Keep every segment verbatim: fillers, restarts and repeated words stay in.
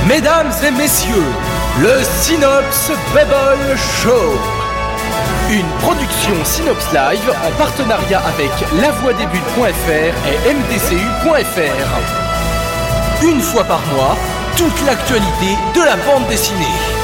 Mesdames et messieurs, le Synops Bubble Show. Une production Synops Live en partenariat avec la voix des bulles point f r et m d c u point f r. Une fois par mois, toute l'actualité de la bande dessinée.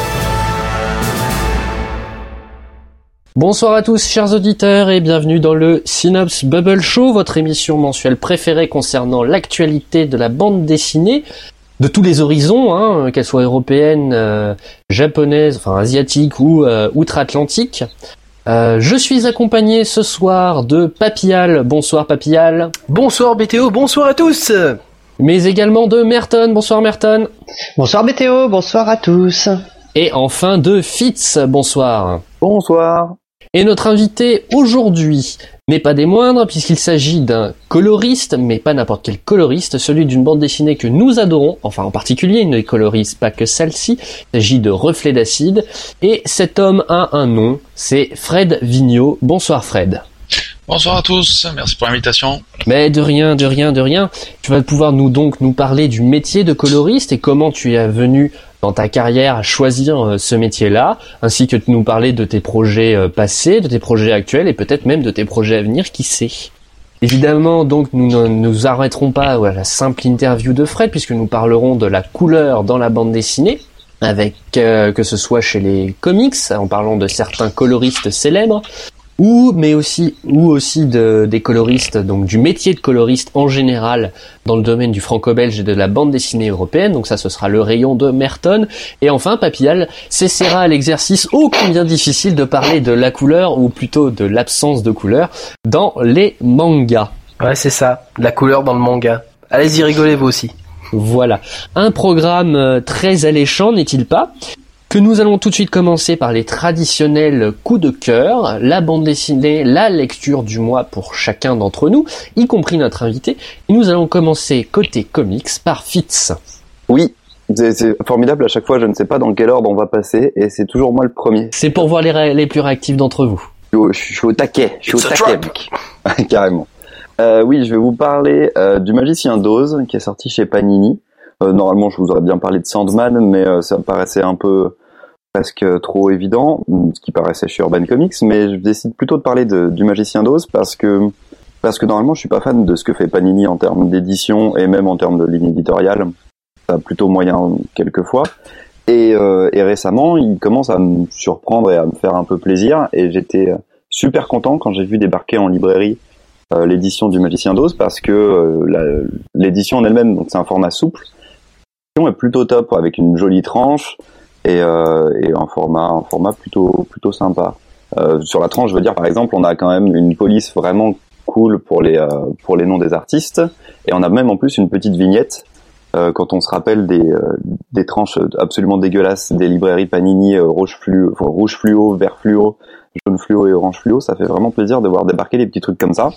Bonsoir à tous chers auditeurs et bienvenue dans le Synops Bubble Show, votre émission mensuelle préférée concernant l'actualité de la bande dessinée de tous les horizons, hein, qu'elle soit européenne, euh, japonaise, enfin asiatique ou euh, outre-Atlantique. Euh, je suis accompagné ce soir de Papillal. Bonsoir Papillal. Bonsoir B T O, bonsoir à tous. Mais également de Merton. Bonsoir Merton. Bonsoir B T O, bonsoir à tous. Et enfin de Fitz. Bonsoir. Bonsoir. Et notre invité aujourd'hui n'est pas des moindres puisqu'il s'agit d'un coloriste, mais pas n'importe quel coloriste, celui d'une bande dessinée que nous adorons, enfin en particulier une des coloristes, pas que celle-ci, il s'agit de Reflets d'acide, et cet homme a un nom, c'est Fred Vigneault. Bonsoir Fred. Bonsoir à tous, merci pour l'invitation. Mais de rien, de rien, de rien. Tu vas pouvoir nous donc nous parler du métier de coloriste et comment tu es venu dans ta carrière à choisir ce métier-là, ainsi que de nous parler de tes projets passés, de tes projets actuels et peut-être même de tes projets à venir, qui sait. Évidemment, donc, nous ne nous arrêterons pas à la simple interview de Fred, puisque nous parlerons de la couleur dans la bande dessinée, avec euh, que ce soit chez les comics, en parlant de certains coloristes célèbres, ou mais aussi ou aussi de, des coloristes, donc du métier de coloriste en général dans le domaine du franco-belge et de la bande dessinée européenne. Donc ça, ce sera le rayon de Merton. Et enfin, Papillal s'essaiera à l'exercice ô combien difficile de parler de la couleur, ou plutôt de l'absence de couleur, dans les mangas. Ouais, c'est ça, la couleur dans le manga. Allez-y, rigolez vous aussi. Voilà, un programme très alléchant, n'est-il pas ? Que nous allons tout de suite commencer par les traditionnels coups de cœur, la bande dessinée, la lecture du mois pour chacun d'entre nous, y compris notre invité. Et nous allons commencer côté comics par Fitz. Oui, c'est, c'est formidable, à chaque fois je ne sais pas dans quel ordre on va passer et c'est toujours moi le premier. C'est pour voir les, ré- les plus réactifs d'entre vous. Je suis au, je suis au taquet, je suis It's au taquet, mec. Carrément. Euh, oui, je vais vous parler euh, du Magicien d'Oz qui est sorti chez Panini. Euh, normalement je vous aurais bien parlé de Sandman, mais euh, ça me paraissait un peu... presque trop évident, ce qui paraissait chez Urban Comics, mais je décide plutôt de parler de, du Magicien d'Oz parce que parce que normalement je suis pas fan de ce que fait Panini en termes d'édition et même en termes de ligne éditoriale, ça a plutôt moyen quelquefois. Et, euh, et récemment, il commence à me surprendre et à me faire un peu plaisir, et j'étais super content quand j'ai vu débarquer en librairie euh, l'édition du Magicien d'Oz parce que euh, la, l'édition en elle-même, donc c'est un format souple, l'édition est plutôt top avec une jolie tranche. Et, euh, et un format, un format plutôt, plutôt sympa. Euh, sur la tranche, je veux dire, par exemple, on a quand même une police vraiment cool pour les, euh, pour les noms des artistes, et on a même en plus une petite vignette. Euh, quand on se rappelle des, euh, des tranches absolument dégueulasses des librairies Panini, euh, rouge fluo, enfin, rouge fluo, vert fluo, jaune fluo et orange fluo, ça fait vraiment plaisir de voir débarquer des petits trucs comme ça.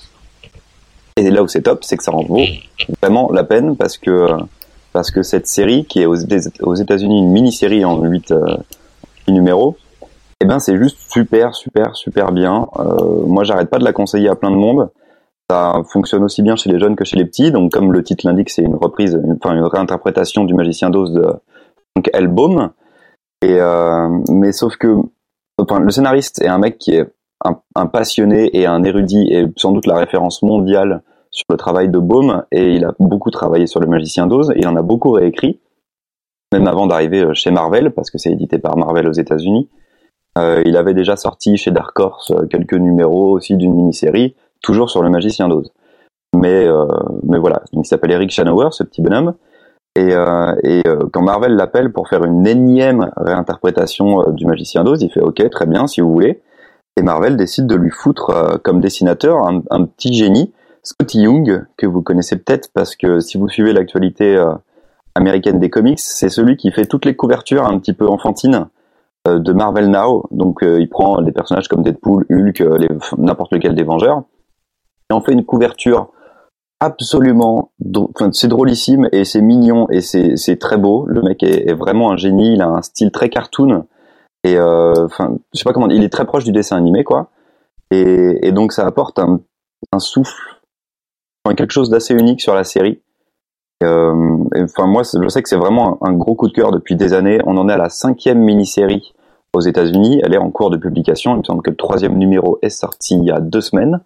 Et là où c'est top, c'est que ça en vaut vraiment la peine parce que euh, parce que cette série, qui est aux, aux États-Unis une mini-série en huit euh, numéros, eh ben c'est juste super, super, super bien. Euh, moi, j'arrête pas de la conseiller à plein de monde. Ça fonctionne aussi bien chez les jeunes que chez les petits. Donc, comme le titre l'indique, c'est une reprise, une, enfin une réinterprétation du Magicien d'Oz de donc Hellbound. Et euh, mais sauf que, enfin, le scénariste est un mec qui est un, un passionné et un érudit et sans doute la référence mondiale sur le travail de Baum, et il a beaucoup travaillé sur le Magicien d'Oz, et il en a beaucoup réécrit, même avant d'arriver chez Marvel, parce que c'est édité par Marvel aux États-Unis. Euh, il avait déjà sorti chez Dark Horse quelques numéros aussi d'une mini-série, toujours sur le Magicien d'Oz. Mais, euh, mais voilà, donc il s'appelle Eric Shanower, ce petit bonhomme, et, euh, et euh, quand Marvel l'appelle pour faire une énième réinterprétation euh, du Magicien d'Oz, il fait « Ok, très bien, si vous voulez », et Marvel décide de lui foutre euh, comme dessinateur un, un petit génie, Scotty Young, que vous connaissez peut-être parce que si vous suivez l'actualité euh, américaine des comics, c'est celui qui fait toutes les couvertures un petit peu enfantines euh, de Marvel Now. Donc euh, il prend des personnages comme Deadpool, Hulk, euh, les, n'importe lequel des Vengeurs, et en fait une couverture absolument, enfin c'est drôlissime et c'est mignon et c'est, c'est très beau. Le mec est, est vraiment un génie, il a un style très cartoon et enfin euh, je sais pas comment, il est très proche du dessin animé quoi. Et, et donc ça apporte un, un souffle, quelque chose d'assez unique sur la série. Euh, enfin moi, je sais que c'est vraiment un, un gros coup de cœur depuis des années. On en est à la cinquième mini-série aux États-Unis. Elle est en cours de publication. Il me semble que le troisième numéro est sorti il y a deux semaines.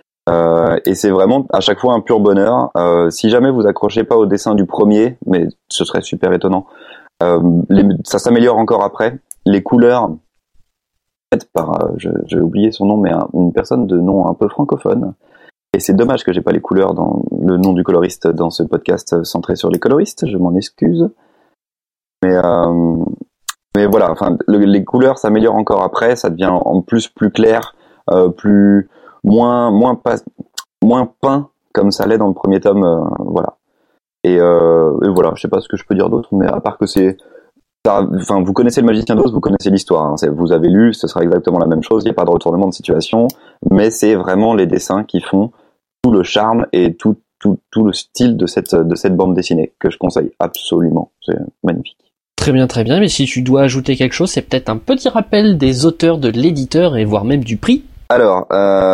Euh, et c'est vraiment à chaque fois un pur bonheur. Euh, si jamais vous accrochez pas au dessin du premier, mais ce serait super étonnant, euh, les, ça s'améliore encore après. Les couleurs, faites par, euh, je, j'ai oublié son nom, mais un, une personne de nom un peu francophone. Et c'est dommage que j'ai pas les couleurs dans le nom du coloriste dans ce podcast centré sur les coloristes. Je m'en excuse. Mais euh, mais voilà, enfin le, les couleurs s'améliorent encore après. Ça devient en plus plus clair, euh, plus moins moins pas moins peint comme ça l'est dans le premier tome, euh, voilà. Et, euh, et voilà, je sais pas ce que je peux dire d'autre, mais à part que c'est, ça, enfin vous connaissez le Magicien d'Oz, vous connaissez l'histoire, hein, c'est, vous avez lu, ce sera exactement la même chose, il n'y a pas de retournement de situation, mais c'est vraiment les dessins qui font tout le charme et tout tout tout le style de cette de cette bande dessinée que je conseille absolument, c'est magnifique. Très bien, très bien, mais si tu dois ajouter quelque chose, c'est peut-être un petit rappel des auteurs, de l'éditeur et voire même du prix. Alors,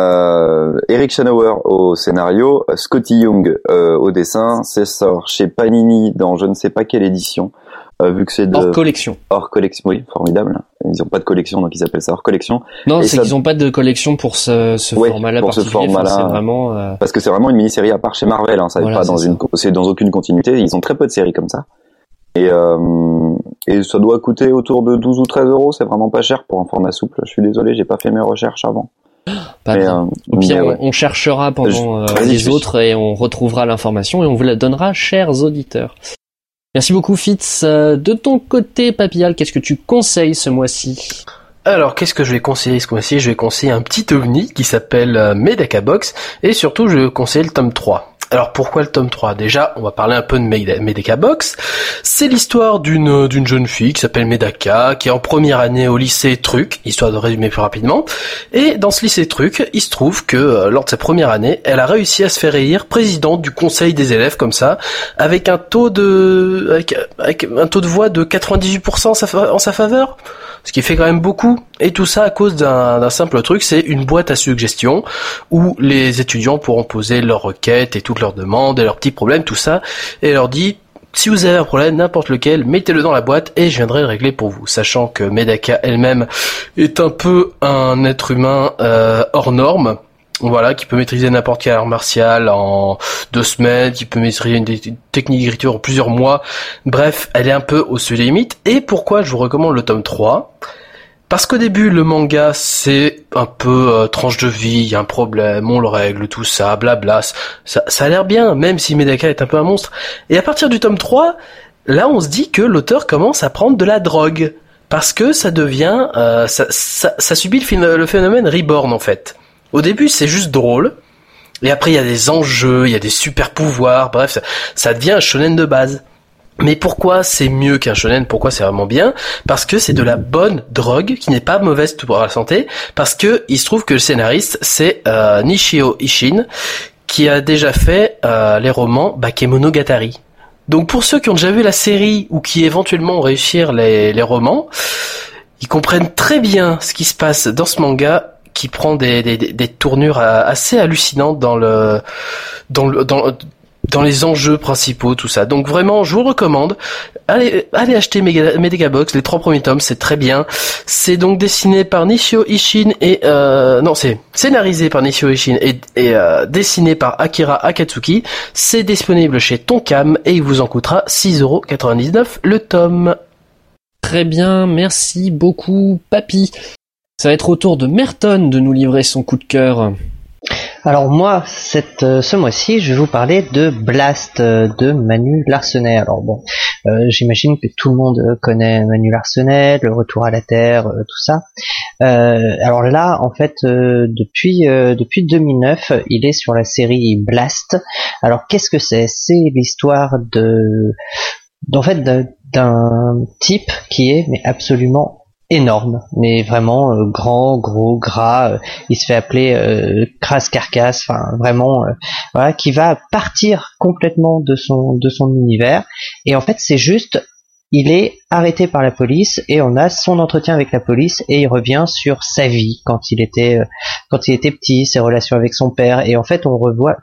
euh, Eric Schenauer au scénario, Scotty Young euh, au dessin, c'est sort chez Panini dans je ne sais pas quelle édition, euh, vu que c'est de... Hors collection. Hors collection, oui, formidable. Ils ont pas de collection, donc ils appellent ça hors collection. Non, et c'est ça... qu'ils ont pas de collection pour ce, ce ouais, format-là pour ce format-là. Enfin, c'est vraiment, euh... Parce que c'est vraiment une mini-série à part chez Marvel, hein, ça voilà, pas dans c'est une, ça. c'est dans aucune continuité, ils ont très peu de séries comme ça. Et, euh, et ça doit coûter autour de douze ou treize euros, c'est vraiment pas cher pour un format souple. Je suis désolé, j'ai pas fait mes recherches avant. Pas mais, bien. Euh, Puis on, ouais. on cherchera pendant je... euh, les autres et on retrouvera l'information et on vous la donnera, chers auditeurs. Merci beaucoup Fitz. Euh, de ton côté, Papillal, qu'est-ce que tu conseilles ce mois-ci ? Alors, qu'est-ce que je vais conseiller ce mois-ci ? Je vais conseiller un petit ovni qui s'appelle euh, Medaka Box, et surtout je vais conseiller le tome trois. Alors pourquoi le tome trois ? Déjà, on va parler un peu de Medaka Box. C'est l'histoire d'une d'une jeune fille qui s'appelle Medaka, qui est en première année au lycée Truc, histoire de résumer plus rapidement. Et dans ce lycée Truc, il se trouve que euh, lors de sa première année, elle a réussi à se faire élire présidente du conseil des élèves comme ça, avec un taux de avec, avec un taux de voix de quatre-vingt-dix-huit pour cent en sa faveur. Ce qui fait quand même beaucoup, et tout ça à cause d'un, d'un simple truc, c'est une boîte à suggestions où les étudiants pourront poser leurs requêtes et toutes leurs demandes et leurs petits problèmes, tout ça, et elle leur dit si vous avez un problème, n'importe lequel, mettez-le dans la boîte et je viendrai le régler pour vous. Sachant que Medaka elle-même est un peu un être humain euh, hors norme. Voilà, qui peut maîtriser n'importe quel art martial en deux semaines, qui peut maîtriser une technique d'écriture en plusieurs mois. Bref, elle est un peu au-dessus des limites. Et pourquoi je vous recommande le tome trois ? Parce qu'au début, le manga, c'est un peu euh, tranche de vie, il y a un problème, on le règle, tout ça, blabla. Ça, ça a l'air bien, même si Medaka est un peu un monstre. Et à partir du tome trois, là, on se dit que l'auteur commence à prendre de la drogue. Parce que ça devient... Euh, ça, ça, ça subit le, le phénomène Reborn, en fait. Au début, c'est juste drôle. Et après, il y a des enjeux, il y a des super pouvoirs. Bref, ça, ça devient un shonen de base. Mais pourquoi c'est mieux qu'un shonen ? Pourquoi c'est vraiment bien ? Parce que c'est de la bonne drogue qui n'est pas mauvaise pour la santé. Parce que il se trouve que le scénariste, c'est euh, Nishio Ishin, qui a déjà fait euh, les romans Bakemonogatari. Donc pour ceux qui ont déjà vu la série ou qui éventuellement ont réussi les, les romans, ils comprennent très bien ce qui se passe dans ce manga, qui prend des, des, des tournures assez hallucinantes dans le, dans le, dans, dans les enjeux principaux, tout ça. Donc vraiment, je vous recommande. Allez, allez acheter Medaka Box, les trois premiers tomes, c'est très bien. C'est donc dessiné par Nishio Ishin et, euh, non, c'est scénarisé par Nishio Ishin et, et euh, dessiné par Akira Akatsuki. C'est disponible chez Tonkam et il vous en coûtera six euros quatre-vingt-dix-neuf le tome. Très bien, merci beaucoup, Papy. Ça va être au tour de Merton de nous livrer son coup de cœur. Alors moi, cette, euh, ce mois-ci, je vais vous parler de Blast euh, de Manu Larsenet. Alors bon, euh, j'imagine que tout le monde connaît Manu Larsenet, le Retour à la Terre, euh, tout ça. Euh, alors là, en fait, euh, depuis euh, depuis deux mille neuf, il est sur la série Blast. Alors qu'est-ce que c'est ? C'est l'histoire de, en fait, d'un, d'un type qui est mais absolument énorme, mais vraiment euh, grand, gros, gras. Euh, il se fait appeler euh, Crasse Carcasse. Enfin, vraiment, euh, voilà, qui va partir complètement de son de son univers. Et en fait, c'est juste, il est arrêté par la police et on a son entretien avec la police et il revient sur sa vie quand il était euh, quand il était petit, ses relations avec son père. Et en fait, on revoit, enfin,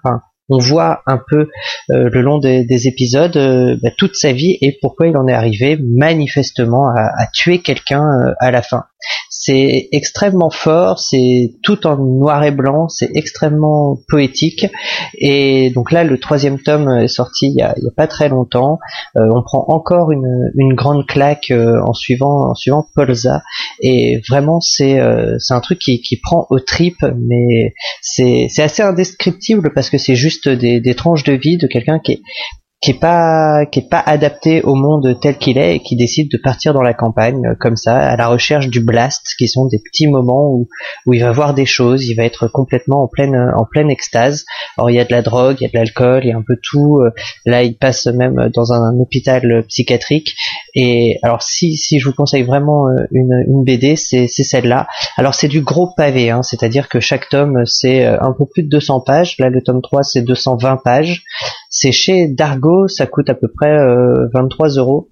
on voit un peu euh, le long des, des épisodes euh, bah, toute sa vie et pourquoi il en est arrivé manifestement à, à tuer quelqu'un euh, à la fin. C'est extrêmement fort, c'est tout en noir et blanc, c'est extrêmement poétique. Et donc là, le troisième tome est sorti il y a, il y a pas très longtemps. Euh, on prend encore une, une grande claque euh, en suivant en suivant Polza. Et vraiment, c'est euh, c'est un truc qui, qui prend aux tripes, mais c'est c'est assez indescriptible parce que c'est juste des, des tranches de vie de quelqu'un qui est qui est pas qui est pas adapté au monde tel qu'il est et qui décide de partir dans la campagne euh, comme ça à la recherche du blast, qui sont des petits moments où où il va voir des choses, il va être complètement en pleine en pleine extase. Alors il y a de la drogue, il y a de l'alcool, il y a un peu tout. Là il passe même dans un, un hôpital psychiatrique. Et alors si si je vous conseille vraiment une une B D, c'est c'est celle-là. Alors c'est du gros pavé, hein, c'est-à-dire que chaque tome c'est un peu plus de deux cents pages. Là le tome trois c'est deux cent vingt pages. C'est chez Dargo, ça coûte à peu près euh, vingt-trois euros.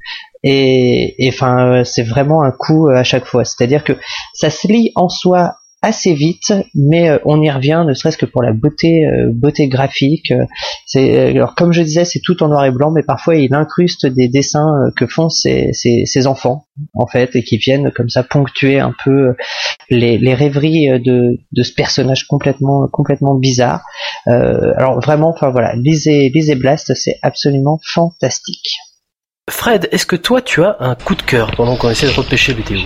Et enfin, c'est vraiment un coup à chaque fois. C'est-à-dire que ça se lit en soi assez vite, mais euh, on y revient, ne serait-ce que pour la beauté, euh, beauté graphique. C'est, alors comme je disais, c'est tout en noir et blanc, mais parfois il incruste des dessins euh, que font ses, ses, ses enfants, en fait, et qui viennent comme ça ponctuer un peu les, les rêveries de, de ce personnage complètement, complètement bizarre. Euh, alors vraiment, enfin voilà, lisez, lisez Blast, c'est absolument fantastique. Fred, est-ce que toi tu as un coup de cœur pendant qu'on essaie de repêcher B T O?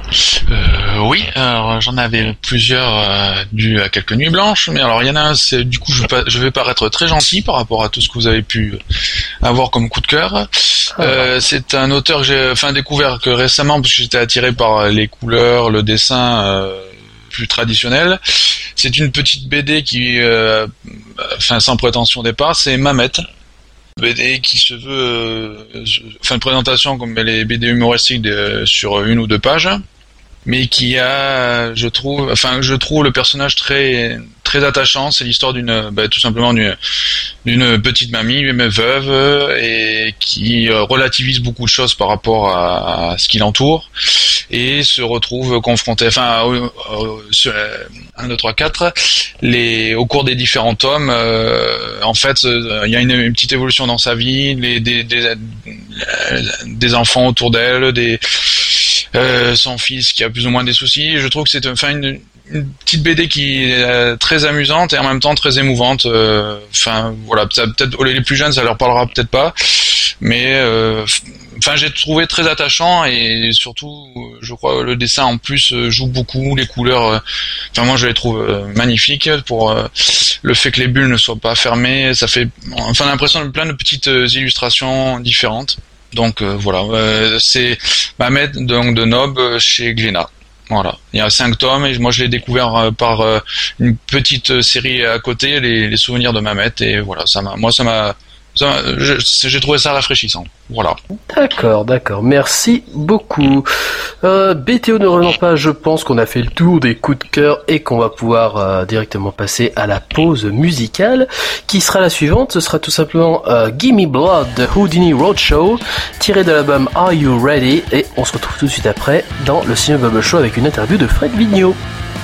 Euh, oui, alors j'en avais plusieurs euh, dû à quelques nuits blanches, mais alors il y en a un, c'est, du coup je vais, pas, je vais paraître très gentil par rapport à tout ce que vous avez pu avoir comme coup de cœur. Ah. Euh, c'est un auteur que j'ai enfin découvert que récemment parce que j'étais attiré par les couleurs, le dessin euh, plus traditionnel. C'est une petite B D qui, euh, enfin sans prétention au départ, c'est Mamette. B D qui se veut, euh, enfin une présentation comme les B D humoristiques de, sur une ou deux pages, mais qui a, je trouve, enfin je trouve le personnage très très attachant. C'est l'histoire d'une, bah, tout simplement d'une d'une petite mamie, même veuve, et qui relativise beaucoup de choses par rapport à, à ce qui l'entoure, et se retrouve confronté, enfin, sur un, deux, trois, quatre, les, au cours des différents tomes, euh, en fait, il y a une, une petite évolution dans sa vie, les, des, des, des enfants autour d'elle, des, euh, son fils qui a plus ou moins des soucis. Je trouve que c'est, enfin, une, une petite B D qui est euh, très amusante et en même temps très émouvante. Enfin, euh, voilà, ça, peut-être les plus jeunes, ça leur parlera peut-être pas, mais euh, enfin, j'ai trouvé très attachant et surtout, je crois, le dessin en plus joue beaucoup, les couleurs. Euh, enfin, moi, je les trouve euh, magnifiques pour euh, le fait que les bulles ne soient pas fermées. Ça fait, enfin, l'impression de plein de petites euh, illustrations différentes. Donc euh, voilà, euh, c'est Mamette donc de Nob chez Glénat. Voilà, il y a cinq tomes et moi je l'ai découvert euh, par euh, une petite série à côté, les, les souvenirs de Mamette, et voilà, ça m'a, moi ça m'a, ça m'a je, j'ai trouvé ça rafraîchissant. Voilà. D'accord, d'accord, merci beaucoup. Euh, B T O ne revenant pas, je pense qu'on a fait le tour des coups de cœur et qu'on va pouvoir euh, directement passer à la pause musicale, qui sera la suivante. Ce sera tout simplement euh, Gimme Blood de Houdini Roadshow, tiré de l'album Are You Ready, et on se retrouve tout de suite après dans le Ciné Bubble Show avec une interview de Fred Vigneault.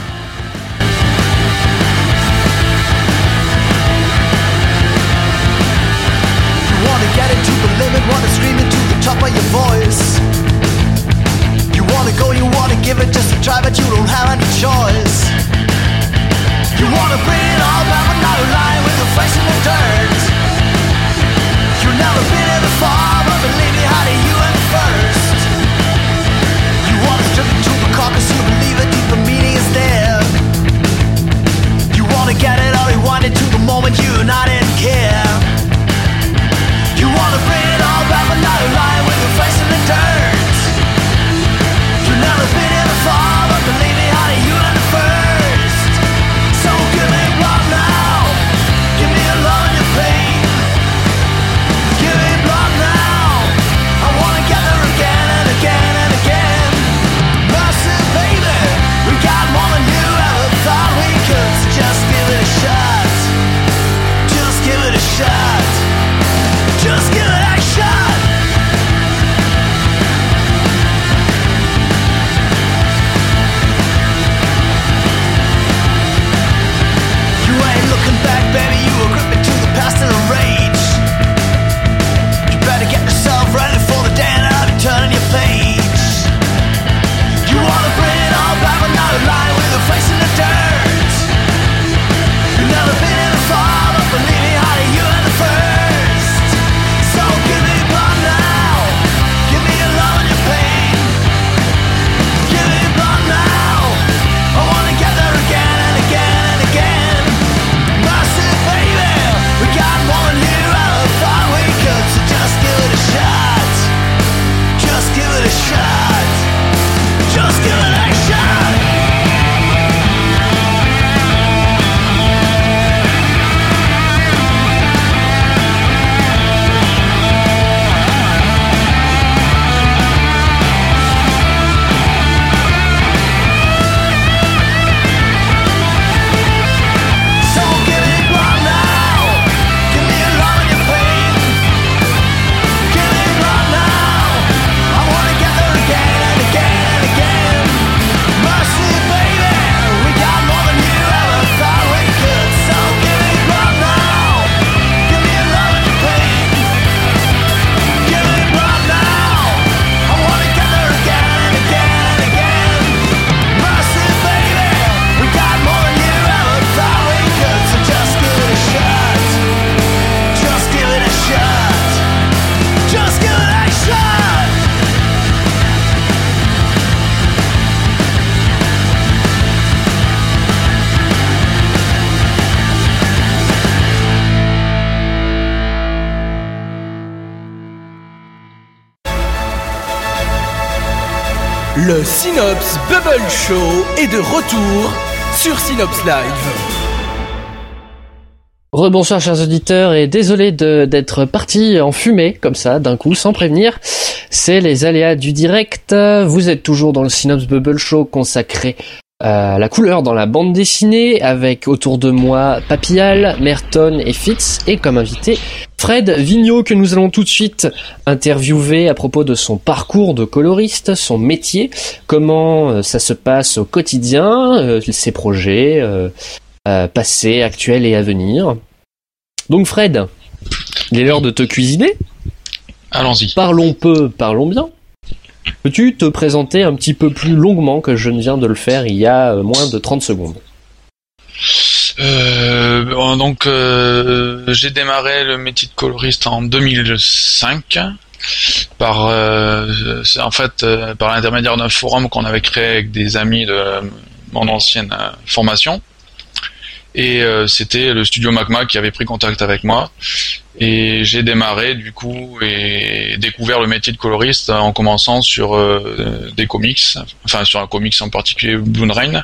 Give it just a try, but you don't have any choice. You wanna bring it all back, but not a lie with your face in the dirt. You've never been here before, but believe me, how do you at first? You wanna strip it to the car, cause you believe a deeper meaning is there. You wanna get it all rewind to the moment you not in care. You wanna bring it all back, but not a lie with your face in the dirt. You've never been here before, but believe me, honey, you learned it first. So give me one. Le Synops Bubble Show est de retour sur Synops Live. Rebonsoir chers auditeurs et désolé de, d'être parti en fumée comme ça d'un coup sans prévenir. C'est les aléas du direct. Vous êtes toujours dans le Synops Bubble Show consacré à la couleur dans la bande dessinée avec autour de moi Papillal, Merton et Fitz et comme invité Fred Vigneault que nous allons tout de suite interviewer à propos de son parcours de coloriste, son métier, comment ça se passe au quotidien, euh, ses projets euh, euh, passés, actuels et à venir. Donc Fred, il est l'heure de te cuisiner. Allons-y. Parlons peu, parlons bien. Peux-tu te présenter un petit peu plus longuement que je ne viens de le faire il y a moins de trente secondes? Euh, donc euh, j'ai démarré le métier de coloriste en deux mille cinq par euh, en fait euh, par l'intermédiaire d'un forum qu'on avait créé avec des amis de mon ancienne euh, formation et euh, c'était le studio Magma qui avait pris contact avec moi et j'ai démarré du coup et découvert le métier de coloriste en commençant sur euh, des comics, enfin sur un comics en particulier Blood Rain.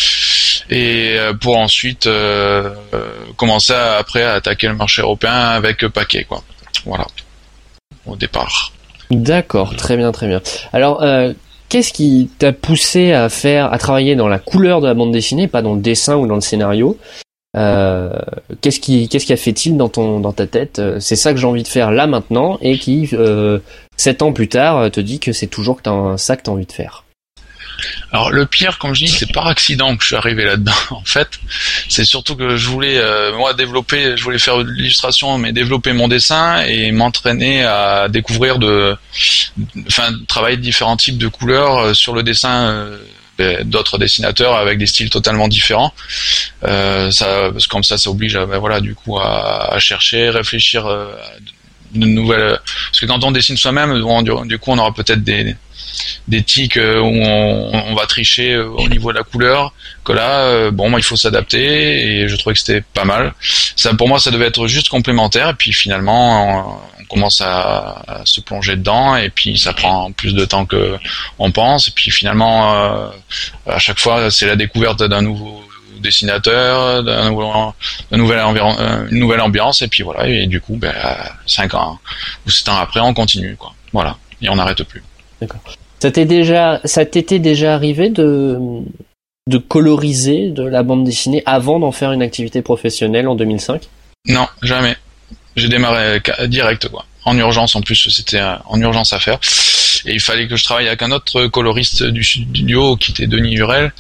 Et pour ensuite euh, commencer à, après à attaquer le marché européen avec Paquet, quoi. Voilà, au départ. D'accord, très bien, très bien. Alors, euh, qu'est-ce qui t'a poussé à faire, à travailler dans la couleur de la bande dessinée, pas dans le dessin ou dans le scénario? Euh, qu'est-ce qui, qu'est-ce qui a fait tilt dans ton, dans ta tête? C'est ça que j'ai envie de faire là maintenant, et qui, euh, sept ans plus tard, te dit que c'est toujours que t'as ça que t'as envie de faire. Alors le pire, comme je dis, c'est par accident que je suis arrivé là-dedans. En fait, c'est surtout que je voulais euh, moi développer, je voulais faire de l'illustration, mais développer mon dessin et m'entraîner à découvrir de, enfin, travailler différents types de couleurs euh, sur le dessin euh, d'autres dessinateurs avec des styles totalement différents. Euh, ça, parce que comme ça, ça oblige, à, ben voilà, du coup, à, à chercher, réfléchir euh, à de nouvelles. Parce que quand on dessine soi-même, bon, du, du coup, on aura peut-être des des tics où on, on va tricher au niveau de la couleur, que là bon il faut s'adapter et je trouvais que c'était pas mal. Ça pour moi ça devait être juste complémentaire et puis finalement on, on commence à, à se plonger dedans et puis ça prend plus de temps que on pense et puis finalement euh, à chaque fois c'est la découverte d'un nouveau dessinateur, d'un nouveau, d'un nouvel environ, une nouvelle ambiance et puis voilà et du coup ben cinq ans ou sept ans après on continue quoi. Voilà et on n'arrête plus. D'accord. Ça t'est déjà, ça t'était déjà arrivé de, de coloriser de la bande dessinée avant d'en faire une activité professionnelle en deux mille cinq? Non, jamais. J'ai démarré direct, quoi. En urgence, en plus, c'était en urgence à faire. Et il fallait que je travaille avec un autre coloriste du studio qui était Denis Hurel.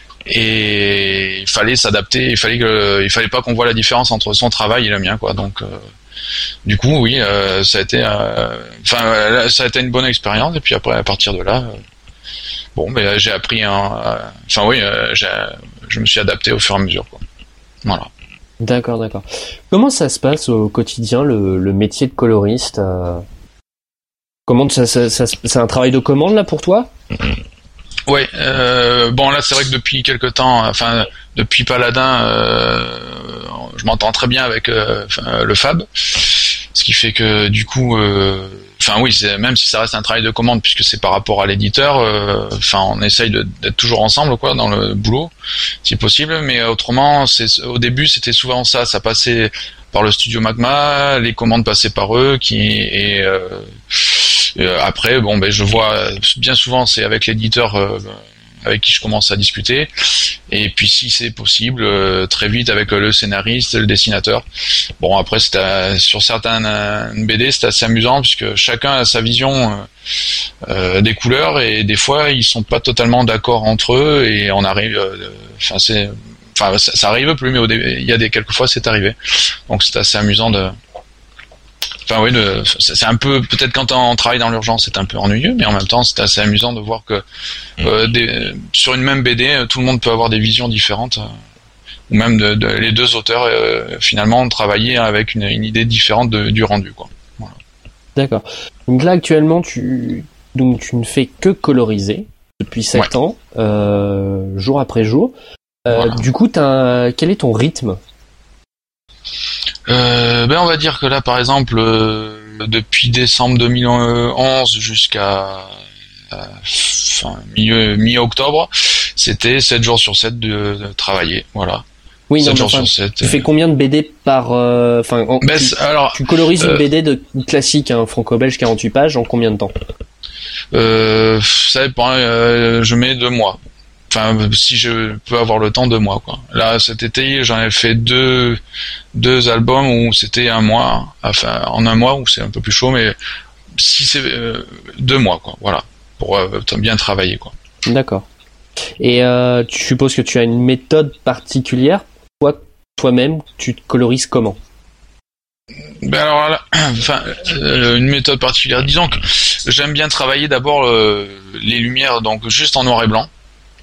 Et il fallait s'adapter, il fallait que, il fallait pas qu'on voit la différence entre son travail et le mien, quoi. Donc, euh, du coup, oui, euh, ça a été, enfin, euh, ça a été une bonne expérience. Et puis après, à partir de là, euh, bon, ben j'ai appris, enfin euh, oui, euh, j'ai, je me suis adapté au fur et à mesure, quoi. Voilà. D'accord, d'accord. Comment ça se passe au quotidien le, le métier de coloriste euh... Comment ça, ça, ça, c'est un travail de commande là pour toi? Ouais, euh, bon là c'est vrai que depuis quelque temps, enfin depuis Paladin, euh, je m'entends très bien avec euh, le Fab, ce qui fait que du coup, euh, enfin oui, c'est, même si ça reste un travail de commande puisque c'est par rapport à l'éditeur, enfin euh, on essaye de, d'être toujours ensemble quoi dans le boulot, si possible, mais autrement, c'est au début c'était souvent ça, ça passait par le studio Magma, les commandes passaient par eux, qui et euh, Euh, après, bon, ben je vois bien souvent c'est avec l'éditeur euh, avec qui je commence à discuter, et puis si c'est possible, euh, très vite avec le scénariste, le dessinateur. Bon après, c'est à, sur certaines euh, B D, c'est assez amusant puisque chacun a sa vision euh, des couleurs et des fois ils sont pas totalement d'accord entre eux et on arrive, enfin euh, c'est, enfin ça, ça arrive plus, mais au début, il y a des quelques fois c'est arrivé. Donc c'est assez amusant de. Enfin oui, le, c'est un peu peut-être quand on travaille dans l'urgence, c'est un peu ennuyeux, mais en même temps, c'est assez amusant de voir que euh, des, sur une même B D, tout le monde peut avoir des visions différentes, euh, ou même de, de, les deux auteurs euh, finalement ont travaillé avec une, une idée différente de, du rendu, quoi. Voilà. D'accord. Donc là actuellement, tu donc tu ne fais que coloriser depuis sept ouais. ans, euh, jour après jour. Euh, voilà. Du coup, t'as, quel est ton rythme? Euh, ben on va dire que là par exemple euh, depuis décembre deux mille onze jusqu'à fin, milieu mi-octobre, c'était sept jours sur sept de, de travailler, voilà. Oui, non, sept jours enfin, sur sept. Tu fais combien de B D par... Enfin, euh, ben, tu, alors, tu colorises euh, une B D de classique, hein, franco-belge, quarante-huit pages, en combien de temps? euh, Ça dépend, euh, je mets deux mois. Enfin, si je peux avoir le temps, deux mois, quoi. Là, cet été, j'en ai fait deux, deux albums où c'était un mois, enfin, en un mois où c'est un peu plus chaud, mais si c'est euh, deux mois, quoi, voilà, pour euh, bien travailler, quoi. D'accord. Et euh, tu supposes que tu as une méthode particulière? Toi, toi-même, tu te colorises comment? Ben alors là, enfin, euh, une méthode particulière. Disons que j'aime bien travailler d'abord euh, les lumières, donc juste en noir et blanc.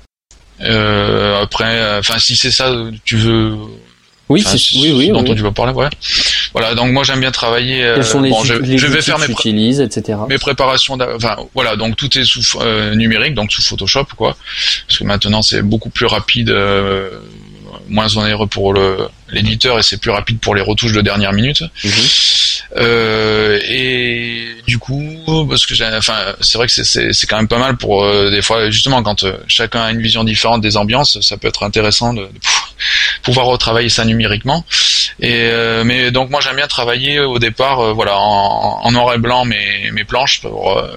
Euh, après, enfin, si c'est ça, tu veux. Oui, c'est, c'est oui, oui, dont oui. tu vas parler, ouais. Voilà, donc moi j'aime bien travailler. Quels sont les, bon, je, les je vais outils faire que mes tu pr- utilises, et cetera. Mes préparations, enfin voilà, donc tout est sous euh, numérique, donc sous Photoshop, quoi. Parce que maintenant c'est beaucoup plus rapide, euh, moins onéreux pour le l'éditeur et c'est plus rapide pour les retouches de dernière minute. Mm-hmm. Euh, et du coup, parce que j'ai, enfin, c'est vrai que c'est c'est c'est quand même pas mal pour euh, des fois justement quand euh, chacun a une vision différente des ambiances, ça peut être intéressant de, de pouvoir retravailler ça numériquement. Et euh, mais donc moi j'aime bien travailler au départ, euh, voilà, en, en noir et blanc mes mes planches pour euh,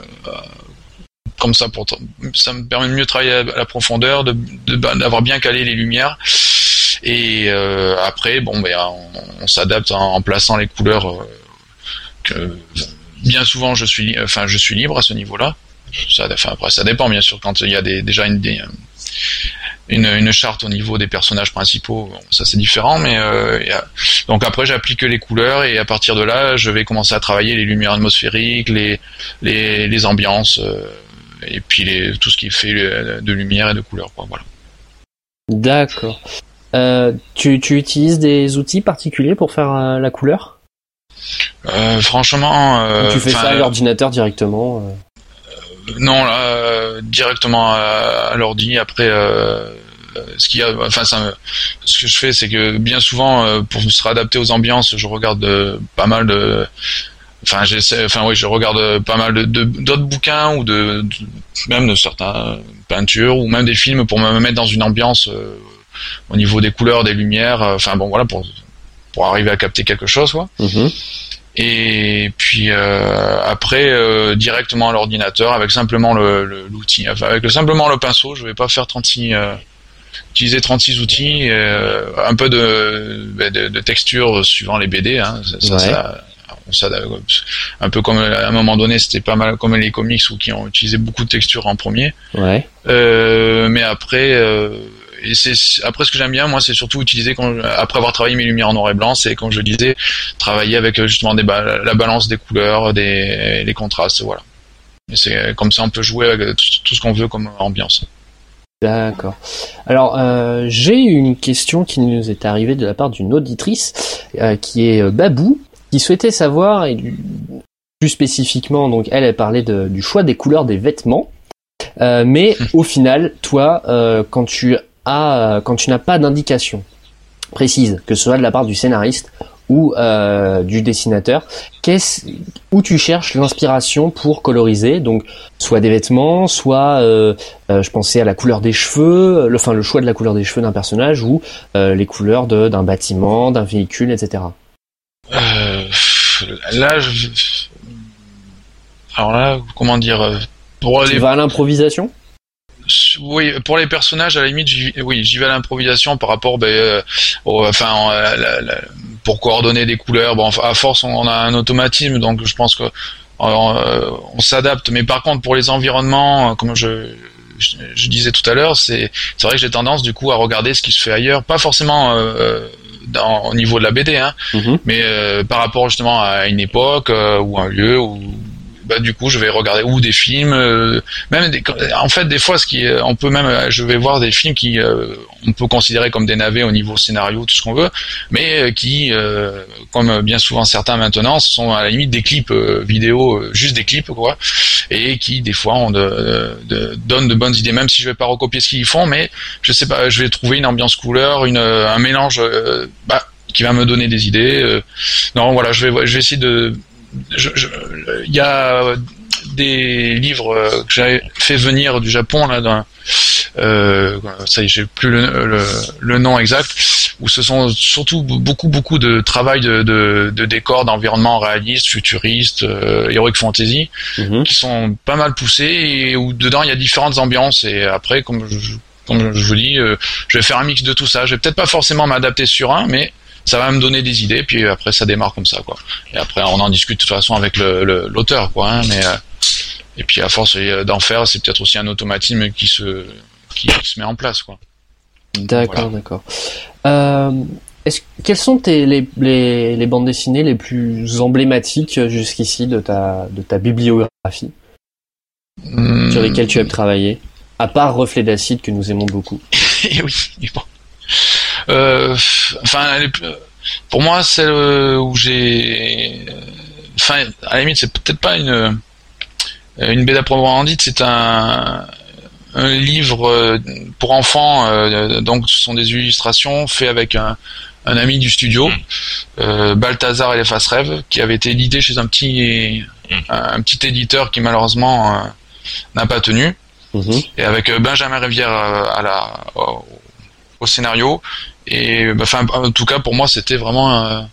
comme ça pour ça me permet de mieux travailler à la profondeur, de, de d'avoir bien calé les lumières. Et euh, après, bon, ben, on, on s'adapte en, en plaçant les couleurs. Euh, que bien souvent, je suis, enfin, je suis libre à ce niveau-là. Ça, enfin, après, ça dépend bien sûr quand il y a des, déjà une, des, une, une charte au niveau des personnages principaux. Bon, ça c'est différent, mais euh, y a... donc après, j'applique les couleurs et à partir de là, je vais commencer à travailler les lumières atmosphériques, les, les, les ambiances euh, et puis les, tout ce qui fait de lumière et de couleurs, quoi. Voilà. D'accord. Euh, tu, tu utilises des outils particuliers pour faire euh, la couleur? euh, Franchement, euh, tu fais ça à l'ordinateur directement euh... Non, là, euh, directement à, à l'ordi. Après, euh, ce qu'il y a, enfin, ça, me, ce que je fais, c'est que bien souvent, euh, pour se réadapter aux ambiances, je regarde euh, pas mal de, enfin, j'essaie, enfin, oui, je regarde pas mal de, de d'autres bouquins ou de, de, même de certaines peintures ou même des films pour me mettre dans une ambiance. Euh, au niveau des couleurs, des lumières, enfin bon voilà, pour pour arriver à capter quelque chose, quoi. Mmh. Et puis euh, après euh, directement à l'ordinateur avec simplement le, le l'outil, enfin avec le, simplement le pinceau, je vais pas faire trente-six euh, utiliser trente-six outils, euh, un peu de, de de texture suivant les B D, hein, ça, ouais. ça, ça, ça un peu comme à un moment donné c'était pas mal comme les comics où qui ont utilisé beaucoup de textures en premier. Ouais. Euh, mais après euh, et c'est après ce que j'aime bien moi c'est surtout utiliser quand après avoir travaillé mes lumières en noir et blanc, c'est comme je le disais travailler avec justement des ba- la balance des couleurs, des les contrastes, voilà. Et c'est comme ça on peut jouer avec tout, tout ce qu'on veut comme ambiance. D'accord. Alors euh, j'ai une question qui nous est arrivée de la part d'une auditrice euh, qui est Babou, qui souhaitait savoir et plus spécifiquement donc elle elle parlait de, du choix des couleurs des vêtements. Euh, mais au final, toi, euh, quand tu as, quand tu n'as pas d'indication précise, que ce soit de la part du scénariste ou euh, du dessinateur, qu'est-ce, où tu cherches l'inspiration pour coloriser, donc soit des vêtements, soit, euh, euh, je pensais à la couleur des cheveux, le, enfin le choix de la couleur des cheveux d'un personnage ou euh, les couleurs de, d'un bâtiment, d'un véhicule, et cetera. Euh, là, je... alors là, comment dire? Pour tu les... vas à l'improvisation? Oui, pour les personnages, à la limite, j'y, oui, j'y vais à l'improvisation par rapport, ben, euh, au, enfin, euh, la, la, pour coordonner des couleurs. Bon, à force, on a un automatisme, donc je pense que euh, on s'adapte. Mais par contre, pour les environnements, comme je, je, je disais tout à l'heure, c'est, c'est vrai que j'ai tendance du coup à regarder ce qui se fait ailleurs, pas forcément euh, dans, au niveau de la B D, hein, mm-hmm. mais euh, par rapport justement à une époque euh, ou un lieu où bah du coup je vais regarder ou des films euh, même des, en fait des fois ce qui on peut même je vais voir des films qui euh, on peut considérer comme des navets au niveau scénario, tout ce qu'on veut, mais euh, qui euh, comme bien souvent certains maintenant sont à la limite des clips euh, vidéo, euh, juste des clips quoi, et qui des fois ont de, de, donnent de bonnes idées, même si je vais pas recopier ce qu'ils font, mais je sais pas, je vais trouver une ambiance couleur, une un mélange euh, bah, qui va me donner des idées. Euh, non voilà, je vais je vais essayer de Je, je, il y a des livres que j'avais fait venir du Japon là, dans, euh, ça y est, j'ai plus le, le, le nom exact, où ce sont surtout beaucoup beaucoup de travail de, de, de décors, d'environnements réalistes, futuristes, euh, heroic fantasy, mm-hmm. qui sont pas mal poussés et où dedans il y a différentes ambiances. Et après, comme je, comme je vous dis, euh, je vais faire un mix de tout ça. Je vais peut-être pas forcément m'adapter sur un, mais ça va me donner des idées, puis après ça démarre comme ça, quoi. Et après on en discute de toute façon avec le, le, l'auteur, quoi. Hein, mais euh, et puis à force d'en faire, c'est peut-être aussi un automatisme qui se qui, qui se met en place, quoi. D'accord, voilà. D'accord. Euh, est-ce, quelles sont tes, les, les, les bandes dessinées les plus emblématiques jusqu'ici de ta de ta bibliographie, mmh. sur lesquelles tu aimes travailler, à part Reflet d'acide que nous aimons beaucoup? Et oui, bon. Euh, enfin, pour moi, celle où j'ai, enfin, à la limite, c'est peut-être pas une une B D à proprement dite, c'est un un livre pour enfants. Euh, donc, ce sont des illustrations faites avec un un ami du studio, euh, Balthazar et les Faces Rêves, qui avait été édité chez un petit un, un petit éditeur qui malheureusement euh, n'a pas tenu. Mmh. Et avec Benjamin Rivière à la au, au scénario. Et enfin, en tout cas, pour moi, c'était vraiment euh,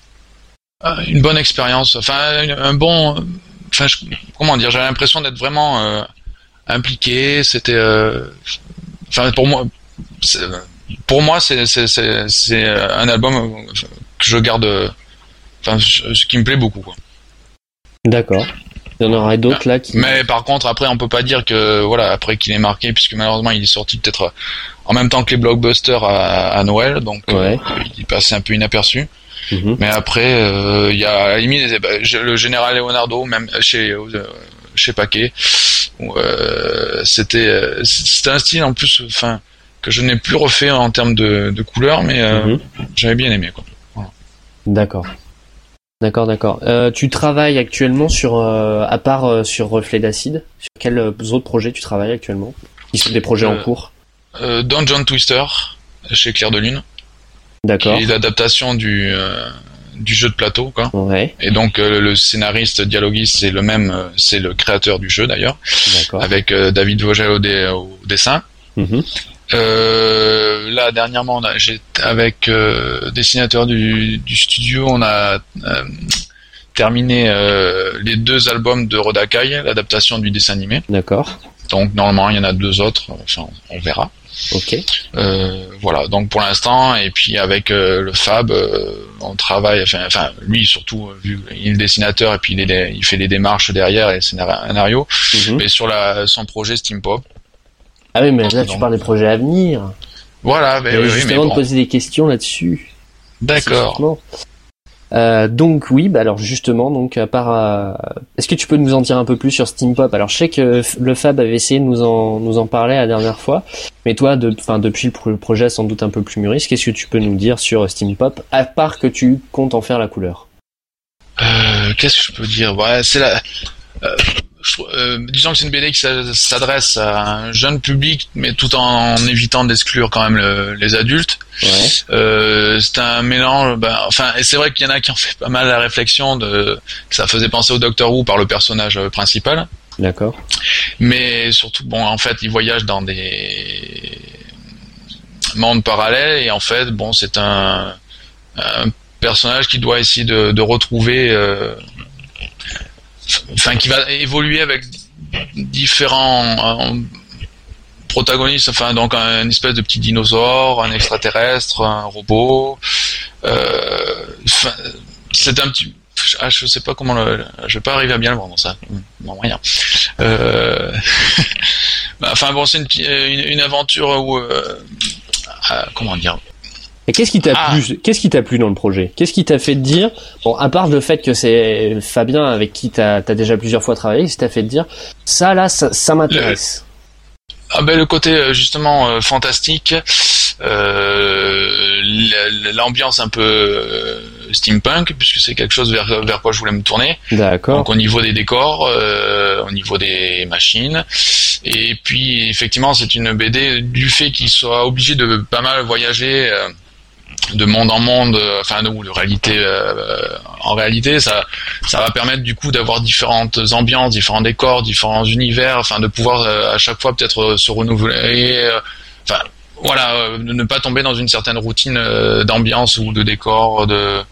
une bonne expérience. Enfin, un, un bon. Enfin, je, comment dire, j'avais l'impression d'être vraiment euh, impliqué. C'était. Euh, enfin, pour moi, c'est, pour moi, c'est, c'est, c'est, c'est un album que je garde. Enfin, ce qui me plaît beaucoup, quoi. D'accord. Il y en aurait d'autres là qui. Mais par contre, après, on peut pas dire que voilà, après qu'il est marqué, puisque malheureusement, il est sorti peut-être en même temps que les blockbusters à, à Noël, donc ouais. euh, il passait un peu inaperçu. Mm-hmm. Mais après, il euh, y a à la limite le général Leonardo, même chez euh, chez Paquet, où, euh, c'était euh, c'était un style en plus, enfin que je n'ai plus refait en termes de, de couleurs, mais euh, mm-hmm. j'avais bien aimé, quoi. Voilà. D'accord. D'accord, d'accord. Euh, tu travailles actuellement sur, euh, à part euh, sur Reflet d'acide, sur quels autres projets tu travailles actuellement? Qui sont des projets euh, en cours? euh, Dungeon Twister, chez Clair de Lune. D'accord. Qui est l'adaptation du, euh, du jeu de plateau, quoi. Ouais. Et donc, euh, le scénariste, dialoguiste, c'est le même, euh, c'est le créateur du jeu, d'ailleurs. D'accord. Avec euh, David Vogel au, dé, au dessin. Mm-hmm. Euh, là dernièrement on a, j'ai avec euh, dessinateur du, du studio, on a euh, terminé euh, les deux albums de Rodakai, l'adaptation du dessin animé. D'accord. Donc normalement il y en a deux autres, enfin on verra. Ok. Euh, voilà, donc pour l'instant, et puis avec euh, le Fab, euh, on travaille, enfin, enfin lui surtout, vu qu'il est le dessinateur et puis il, est, il fait les démarches derrière et les scénarios, mm-hmm. mais sur la, son projet Steam Pop. Ah oui, mais là, donc, tu parles des projets à venir. Voilà, mais, oui, justement mais bon. de poser des questions là-dessus. D'accord. Euh, donc oui, bah alors justement, donc à part, euh, est-ce que tu peux nous en dire un peu plus sur Steam Pop? Alors je sais que le Fab avait essayé de nous en nous en parler la dernière fois, mais toi, de, enfin depuis le, pro- le projet sans doute un peu plus mûri, qu'est-ce que tu peux nous dire sur Steam Pop, à part que tu comptes en faire la couleur? Euh, qu'est-ce que je peux dire? Ouais, c'est la. Euh... Je, euh, disons que c'est une B D qui s'adresse à un jeune public, mais tout en évitant d'exclure quand même le, les adultes. Ouais. Euh, c'est un mélange. Ben, enfin, et c'est vrai qu'il y en a qui ont fait pas mal la réflexion de que ça faisait penser au Doctor Who par le personnage principal. D'accord. Mais surtout, bon, en fait, il voyage dans des mondes parallèles et en fait, bon, c'est un, un personnage qui doit essayer de, de retrouver. Euh, Enfin, qui va évoluer avec différents euh, protagonistes. Enfin, donc un, une espèce de petit dinosaure, un extraterrestre, un robot. Euh, enfin, c'est un petit. Ah, je sais pas comment le. Je vais pas arriver à bien le vendre ça. Non, rien. Euh, enfin bon, c'est une, une, une aventure où. Euh, euh, comment dire. Et qu'est-ce qui t'a ah. plu Qu'est-ce qui t'a plu dans le projet? Qu'est-ce qui t'a fait te dire, bon, à part le fait que c'est Fabien avec qui t'as, t'as déjà plusieurs fois travaillé, qu'est-ce qui t'a fait te dire ça là, ça, ça m'intéresse? Le, ah ben le côté justement euh, fantastique, euh, l'ambiance un peu euh, steampunk, puisque c'est quelque chose vers vers quoi je voulais me tourner. D'accord. Donc au niveau des décors, euh, au niveau des machines. Et puis effectivement, c'est une B D du fait qu'il soit obligé de pas mal voyager. Euh, de monde en monde, euh, enfin ou de réalité euh, en réalité, ça ça va permettre du coup d'avoir différentes ambiances, différents décors, différents univers, enfin de pouvoir euh, à chaque fois peut-être euh, se renouveler, euh, enfin voilà, euh, de ne pas tomber dans une certaine routine euh, d'ambiance ou de décor, de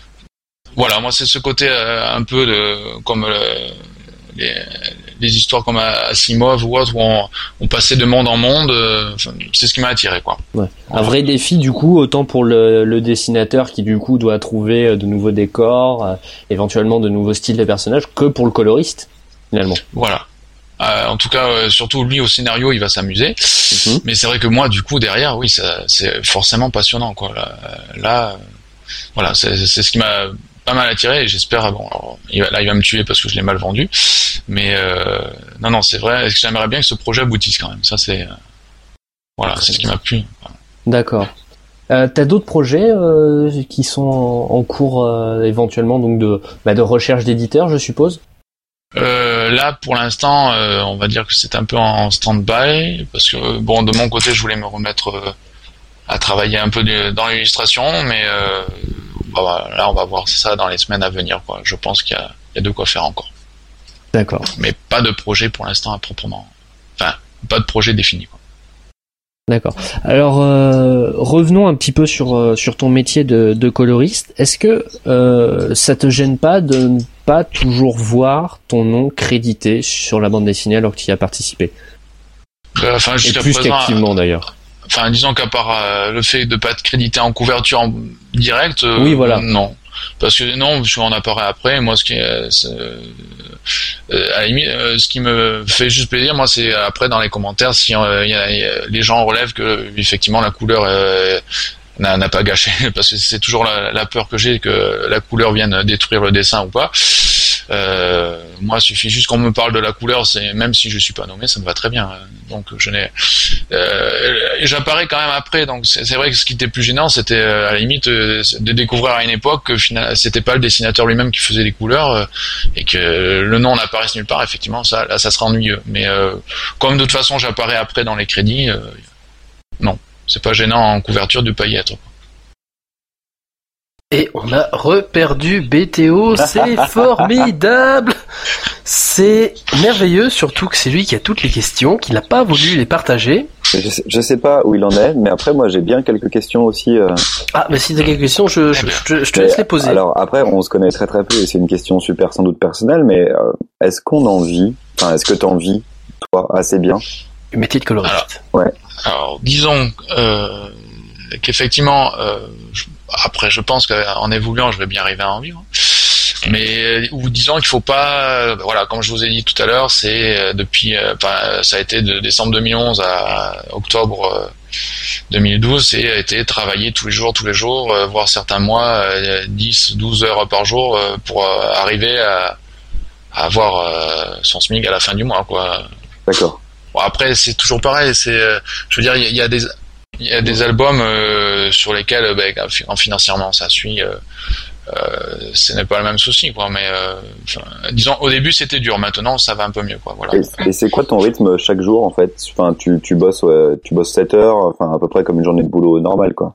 voilà, moi c'est ce côté euh, un peu de comme euh, les, les histoires comme Asimov ou autre où on, on passait de monde en monde, euh, c'est ce qui m'a attiré quoi. Ouais. Un vrai défi du coup, autant pour le, le dessinateur qui du coup doit trouver de nouveaux décors, euh, éventuellement de nouveaux styles de personnages, que pour le coloriste finalement. Voilà. Euh, en tout cas, euh, surtout lui au scénario, il va s'amuser. Mm-hmm. Mais c'est vrai que moi, du coup, derrière, oui, ça, c'est forcément passionnant quoi. Là, là euh, voilà, c'est, c'est ce qui m'a pas mal attiré et j'espère bon alors, il va, là il va me tuer parce que je l'ai mal vendu mais euh, non non c'est vrai j'aimerais bien que ce projet aboutisse quand même ça c'est euh, voilà c'est ce qui m'a plu voilà. D'accord. Euh, t'as d'autres projets euh, qui sont en, en cours euh, éventuellement donc de bah, de recherche d'éditeurs je suppose. Euh, là pour l'instant euh, on va dire que c'est un peu en stand-by parce que bon de mon côté je voulais me remettre euh, à travailler un peu de, dans l'illustration mais euh, bah, là on va voir ça dans les semaines à venir quoi. Je pense qu'il y a, il y a de quoi faire encore. D'accord. Mais pas de projet pour l'instant à proprement. Enfin, pas de projet défini quoi. D'accord. Alors euh, revenons un petit peu sur euh, sur ton métier de, de coloriste. Est-ce que euh, ça te gêne pas de ne pas toujours voir ton nom crédité sur la bande dessinée alors que tu y as participé? euh, Enfin, et plus présent, qu'activement d'ailleurs. Enfin, disons qu'à part euh, le fait de pas être crédité en couverture en direct, euh, oui, voilà. non. Parce que non, parce qu'on apparaît après. Moi, ce qui est, c'est, euh, à la limite, euh, ce qui me fait juste plaisir, moi, c'est après dans les commentaires si euh, y a, y a, les gens relèvent que effectivement la couleur euh, n'a, n'a pas gâché, parce que c'est toujours la, la peur que j'ai que la couleur vienne détruire le dessin ou pas. Euh, moi, il suffit juste qu'on me parle de la couleur, c'est même si je suis pas nommé, ça me va très bien. Donc, je n'ai, euh, j'apparais quand même après. Donc, c'est, c'est vrai que ce qui était plus gênant, c'était euh, à la limite euh, de découvrir à une époque que finalement, c'était pas le dessinateur lui-même qui faisait les couleurs euh, et que le nom n'apparaisse nulle part. Effectivement, ça, là, ça sera ennuyeux. Mais euh, comme de toute façon, j'apparais après dans les crédits, euh, non, c'est pas gênant en couverture de pas y être. Et on a reperdu B T O, c'est formidable, c'est merveilleux, surtout que c'est lui qui a toutes les questions, qui n'a pas voulu les partager. Je sais, je sais pas où il en est, mais après moi j'ai bien quelques questions aussi. Euh... Ah, mais si t'as quelques questions, je, je, je, je te laisse les poser. Alors après, on se connaît très très peu et c'est une question super sans doute personnelle, mais euh, est-ce qu'on en vit, enfin est-ce que t'en vis, toi, assez bien? Du métier de coloriste. Alors, ouais. Alors, disons euh, qu'effectivement... Euh, je... Après, je pense qu'en évoluant, je vais bien arriver à en vivre. Mais ou disons qu'il faut pas, voilà, comme je vous ai dit tout à l'heure, c'est depuis, enfin, ça a été de décembre deux mille onze à octobre deux mille douze, c'est a été travailler tous les jours, tous les jours, voire certains mois, dix, douze heures par jour pour arriver à, à avoir son SMIC à la fin du mois, quoi. D'accord. Bon, après, c'est toujours pareil. C'est, je veux dire, il y, y a des Il y a des albums euh, sur lesquels, ben, en financièrement, ça suit. Euh, euh, ce n'est pas le même souci, quoi. Mais euh, disons, au début, c'était dur. Maintenant, ça va un peu mieux, quoi. Voilà. Et, et c'est quoi ton rythme chaque jour, en fait? Enfin, tu tu bosses, ouais, tu bosses sept heures, enfin à peu près comme une journée de boulot normale, quoi.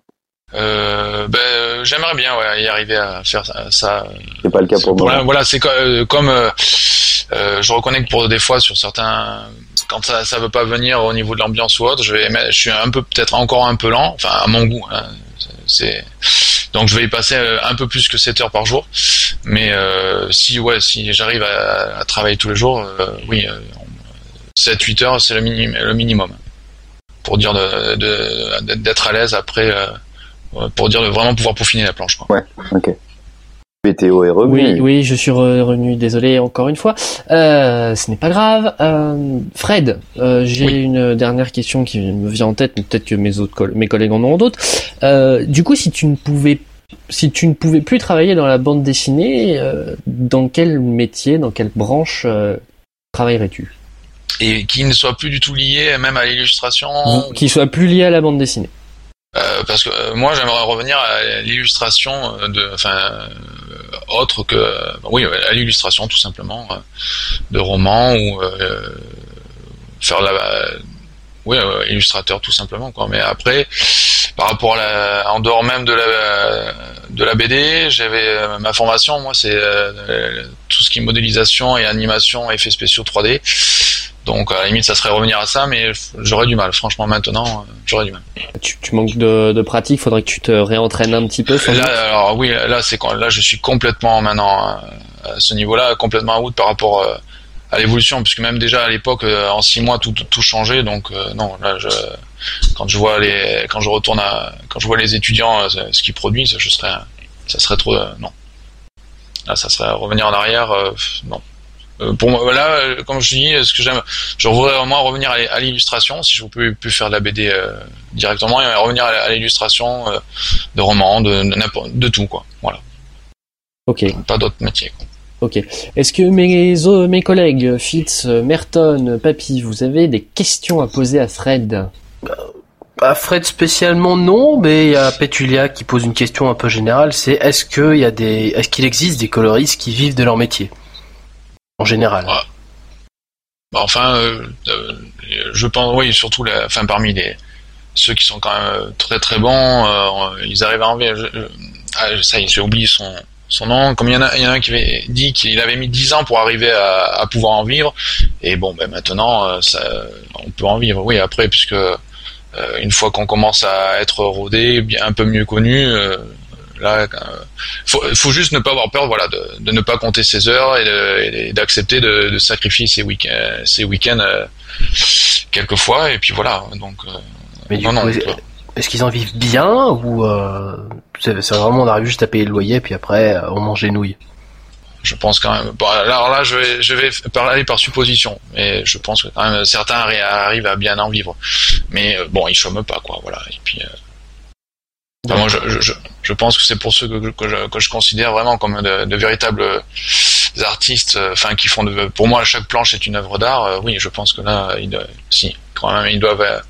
Euh, ben, j'aimerais bien, ouais, y arriver à faire ça. ça c'est pas le cas pour, pour moi. Là, voilà, c'est co- comme euh, euh, je reconnais que pour des fois sur certains, quand ça ça veut pas venir au niveau de l'ambiance ou autre, je vais, je suis un peu peut-être encore un peu lent, enfin à mon goût. Hein, c'est donc je vais y passer un peu plus que sept heures par jour. Mais euh, si ouais, si j'arrive à, à travailler tous les jours, euh, oui, euh, sept huit heures, c'est le minimum, le minimum pour dire de, de d'être à l'aise après. Euh, pour dire de vraiment pouvoir peaufiner la planche, quoi. Ouais, ok. B T O est revenu. Oui, oui, je suis revenu, désolé encore une fois. Euh, ce n'est pas grave. Euh, Fred, euh, j'ai oui. une dernière question qui me vient en tête, mais peut-être que mes autres coll- mes collègues en auront d'autres. Euh, du coup, si tu ne pouvais si tu ne pouvais plus travailler dans la bande dessinée, euh, dans quel métier, dans quelle branche euh, travaillerais-tu? Et qui ne soit plus du tout lié même à l'illustration. Qui soit plus lié à la bande dessinée. Euh, parce que euh, moi j'aimerais revenir à l'illustration de, enfin, euh, autre que, euh, oui, à l'illustration tout simplement euh, de romans ou euh, faire la, euh, oui, euh, illustrateur tout simplement, quoi. Mais après, par rapport à la, en dehors même de la de la B D, j'avais ma formation, moi c'est euh, tout ce qui est modélisation et animation, effets spéciaux trois D. Donc à la limite ça serait revenir à ça, mais j'aurais du mal. Franchement maintenant, j'aurais du mal. Tu, tu manques de, de pratique, faudrait que tu te réentraînes un petit peu. Là, alors oui, là c'est quand là je suis complètement maintenant à ce niveau-là, complètement out par rapport euh, à l'évolution, puisque même déjà à l'époque euh, en six mois tout tout, tout changeait. Donc euh, non, là je quand je vois les quand je retourne à quand je vois les étudiants euh, ce qu'ils produisent, je serais ça serait trop euh, non. Là ça serait revenir en arrière, euh, non. Euh, pour moi, là, comme je dis, ce que j'aime, je voudrais vraiment revenir à l'illustration, si je ne pouvais plus faire de la B D euh, directement, et revenir à l'illustration euh, de romans, de, de, de tout, quoi. Voilà. Ok. Pas d'autres métiers, quoi. Ok. Est-ce que mes, euh, mes collègues, Fitz, Merton, Papy, vous avez des questions à poser à Fred? À Fred spécialement non, mais il y a Pétulia qui pose une question un peu générale, c'est est-ce qu'il y a des, est-ce qu'il existe des coloristes qui vivent de leur métier? En général. Ouais. Bah, enfin, euh, euh, je pense, oui, surtout, la, enfin, parmi les ceux qui sont quand même très très bons, euh, ils arrivent à en vivre. Je, je, ah, ça y est, j'ai oublié son son nom. Comme il y en a, il y en a un qui avait dit qu'il avait mis dix ans pour arriver à, à pouvoir en vivre. Et bon, ben maintenant, ça, on peut en vivre. Oui, après, puisque euh, une fois qu'on commence à être rodé, bien un peu mieux connu. Euh, Là, euh, faut, faut juste ne pas avoir peur, voilà, de, de ne pas compter ses heures et, de, et d'accepter de, de sacrifier ses week-ends, ses week-ends euh, quelquefois, et puis voilà. Donc, euh, mais du non, coup, non, est, est-ce qu'ils en vivent bien ou euh, c'est, c'est vraiment on arrive juste à payer le loyer, puis après on mange les nouilles? Je pense quand même. Bon, alors là, je vais, je vais parler par supposition, mais je pense que quand même certains arrivent à bien en vivre. Mais euh, bon, ils chôment pas, quoi. Voilà. Et puis. Euh, Enfin, moi, je, je, je pense que c'est pour ceux que, que, je, que je considère vraiment comme de, de véritables artistes, enfin, qui font de, pour moi, chaque planche est une œuvre d'art. Euh, oui, je pense que là, ils doivent, si, quand même, ils doivent, euh,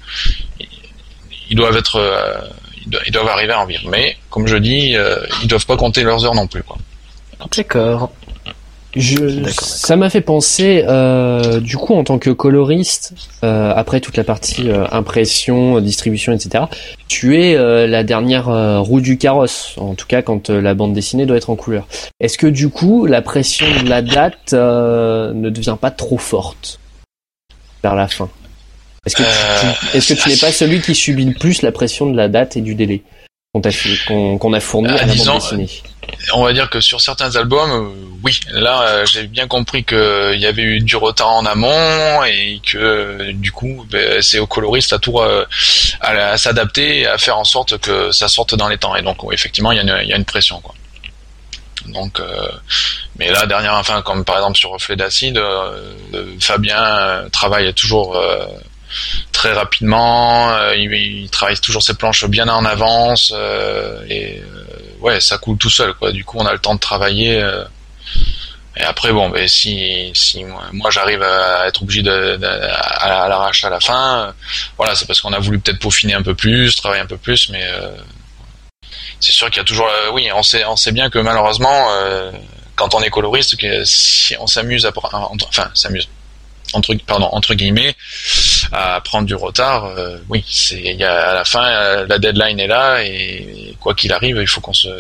ils doivent être, euh, ils, doivent, ils doivent arriver à en vivre. Mais, comme je dis, euh, ils doivent pas compter leurs heures non plus, quoi. D'accord. Je, ça m'a fait penser, euh, du coup, en tant que coloriste, euh, après toute la partie euh, impression, distribution, et cetera, tu es euh, la dernière euh, roue du carrosse, en tout cas quand euh, la bande dessinée doit être en couleur. Est-ce que du coup, la pression de la date euh, ne devient pas trop forte vers la fin? Est-ce que, euh, tu, est-ce que tu n'es pas celui qui subit le plus la pression de la date et du délai qu'on, t'a, qu'on, qu'on a fourni euh, à la disons, bande dessinée? On va dire que sur certains albums, euh, oui, là euh, j'ai bien compris qu'il y avait eu du retard en amont et que euh, du coup ben, c'est au coloriste à tout euh, à, à s'adapter et à faire en sorte que ça sorte dans les temps. Et donc ouais, effectivement il y a une, il y a une pression, quoi. Donc, euh, mais là dernière, enfin comme par exemple sur Reflet d'acide, euh, Fabien euh, travaille toujours euh, très rapidement, euh, il, il travaille toujours ses planches bien en avance euh, et euh, ouais, ça coule tout seul, quoi. Du coup, on a le temps de travailler. Euh, et après, bon, ben si si moi, moi j'arrive à être obligé de, de à, à l'arrache à la fin, euh, voilà, c'est parce qu'on a voulu peut-être peaufiner un peu plus, travailler un peu plus, mais euh, c'est sûr qu'il y a toujours, euh, oui, on sait on sait bien que malheureusement, euh, quand on est coloriste, que si on s'amuse à, enfin, s'amuse. Entre, pardon, entre guillemets, à prendre du retard, euh, oui, c'est, il y a, à la fin, la deadline est là, et quoi qu'il arrive, il faut qu'on se,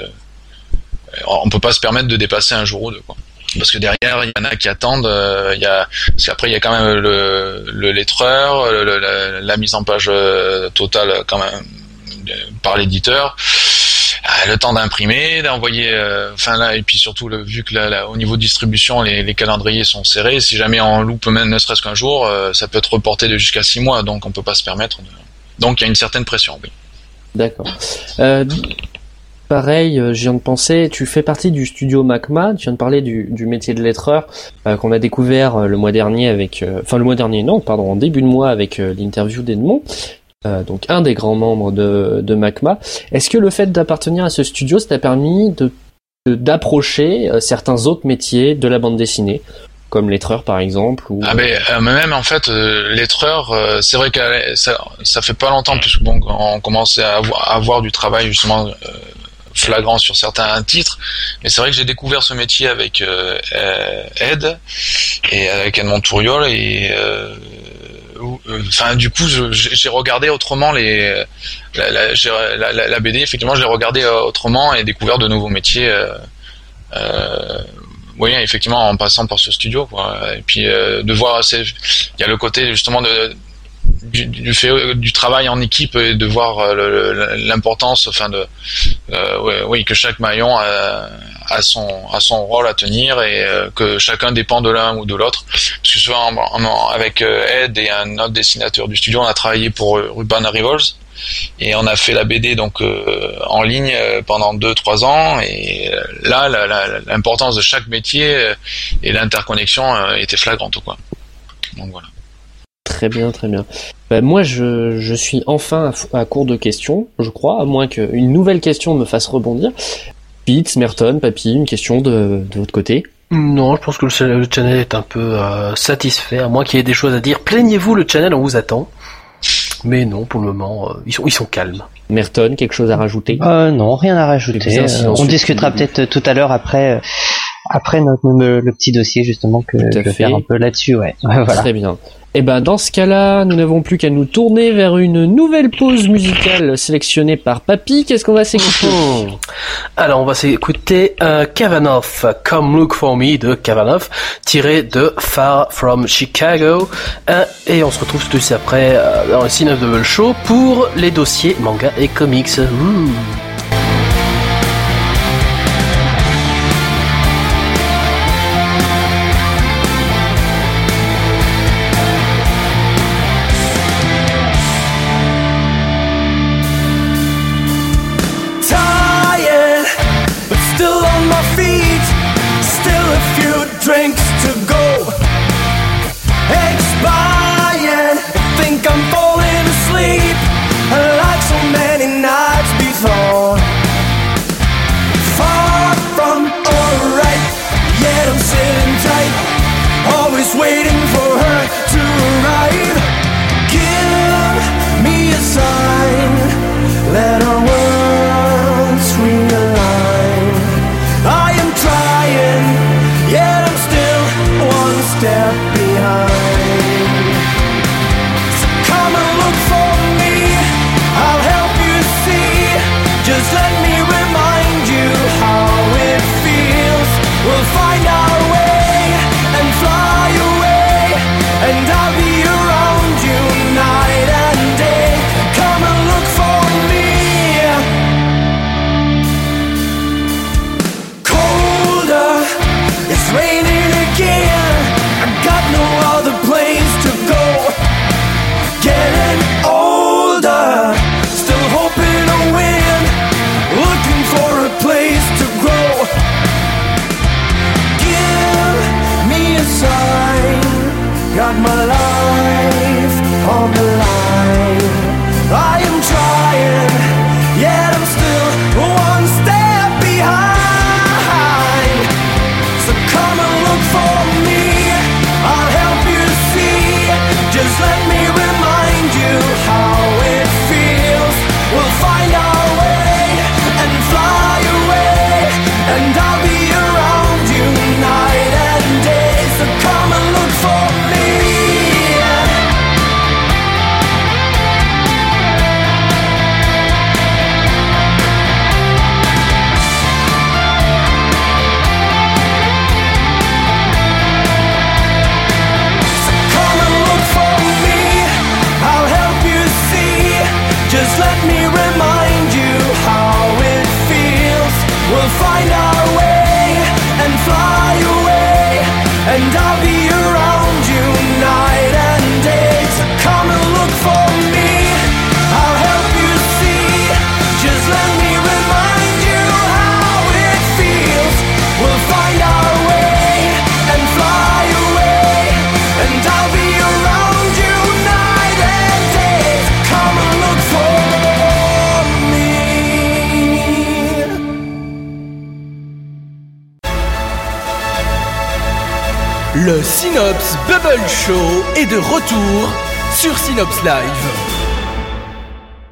on peut pas se permettre de dépasser un jour ou deux, quoi. Parce que derrière, il y en a qui attendent, euh, il y a, parce qu'après, il y a quand même le, le lettreur, le, le, la, la mise en page totale, quand même, par l'éditeur. Le temps d'imprimer, d'envoyer, euh, enfin là, et puis surtout le, vu que là, là, au niveau de distribution, les, les calendriers sont serrés. Si jamais on loupe même ne serait-ce qu'un jour, euh, ça peut être reporté de jusqu'à six mois, donc on peut pas se permettre. De... Donc il y a une certaine pression, oui. D'accord. Euh, pareil, je viens de penser, tu fais partie du studio Macma. Tu viens de parler du, du métier de lettreur euh, qu'on a découvert euh, le mois dernier avec, euh, enfin le mois dernier, non, pardon, en début de mois avec euh, l'interview d'Edmond. Euh, donc un des grands membres de, de Macma. Est-ce que le fait d'appartenir à ce studio, ça t'a permis de, de d'approcher euh, certains autres métiers de la bande dessinée, comme lettreur par exemple ou... Ah ben euh, même en fait euh, lettreur, euh, c'est vrai que ça, ça fait pas longtemps puisque bon on commençait à avoir, à avoir du travail justement euh, flagrant sur certains titres, mais c'est vrai que j'ai découvert ce métier avec euh, Ed et avec Edmond Touriol et euh, enfin du coup je, j'ai regardé autrement les la, la, la, la, la B D, effectivement je l'ai regardé autrement et découvert de nouveaux métiers euh, euh, oui effectivement en passant par ce studio quoi. Et puis euh, de voir c'est il y a le côté justement de du, du fait du travail en équipe et de voir le, l'importance enfin de euh, ouais, oui que chaque maillon a, a son a son rôle à tenir et euh, que chacun dépend de l'un ou de l'autre, parce que souvent en, en, avec Ed et un autre dessinateur du studio on a travaillé pour Urban Rivals et on a fait la B D donc euh, en ligne pendant deux trois ans et là la, la, l'importance de chaque métier et l'interconnexion était flagrante quoi. Donc voilà. Très bien, très bien. Ben, moi, je, je suis enfin à, à court de questions, je crois, à moins qu'une nouvelle question me fasse rebondir. Pete, Merton, Papy, une question de, de votre côté? Non, je pense que le, le channel est un peu euh, satisfait, à moins qu'il y ait des choses à dire. Plaignez-vous, le channel, on vous attend. Mais non, pour le moment, euh, ils sont, ils sont calmes. Merton, quelque chose à rajouter? Euh, non, rien à rajouter. Euh, on discutera peut-être tout à l'heure après, euh, après notre, le, le petit dossier justement que je vais faire un peu là-dessus, ouais. Voilà. Très bien. Et ben dans ce cas-là, nous n'avons plus qu'à nous tourner vers une nouvelle pause musicale sélectionnée par Papy. Qu'est-ce qu'on va s'écouter? Alors on va s'écouter euh, Cavanoff, Come Look For Me de Cavanoff, tiré de Far From Chicago. Euh, et on se retrouve tout de suite après euh, dans le Synopsis Double Show pour les dossiers manga et comics. Ouh. Drinks to go expired. Think I'm falling asleep like so many nights before. Far from alright, yet I'm sitting tight, always waiting for her to arrive. Give me a sign, let our worlds realign. I am trying, yet step behind. So come and look for me, I'll help you see. Just let me remind you how it feels. We'll find our way and fly away, and I'll be around you night and day. Come and look for me. Colder, it's raining again, got no other place to go. Getting older, still hoping to win, looking for a place to grow. Give me a sign, got my life on the line. I am trying, yet I'm still one step behind. So come and look for me, I'll help you see. Just let me remind you how it feels. We'll find our way and fly away, and I'll be around you night and day. So come and look for me. Just let me remind you how it feels. We'll find our way and fly away, and I'll be around you night and day. So come and look for me, I'll help you see. Just let me remind you how it feels. We'll find our way and fly away, and I'll be around you night and day. So come and look for me. Le Synopsis Bubble Show est de retour sur Synops Live.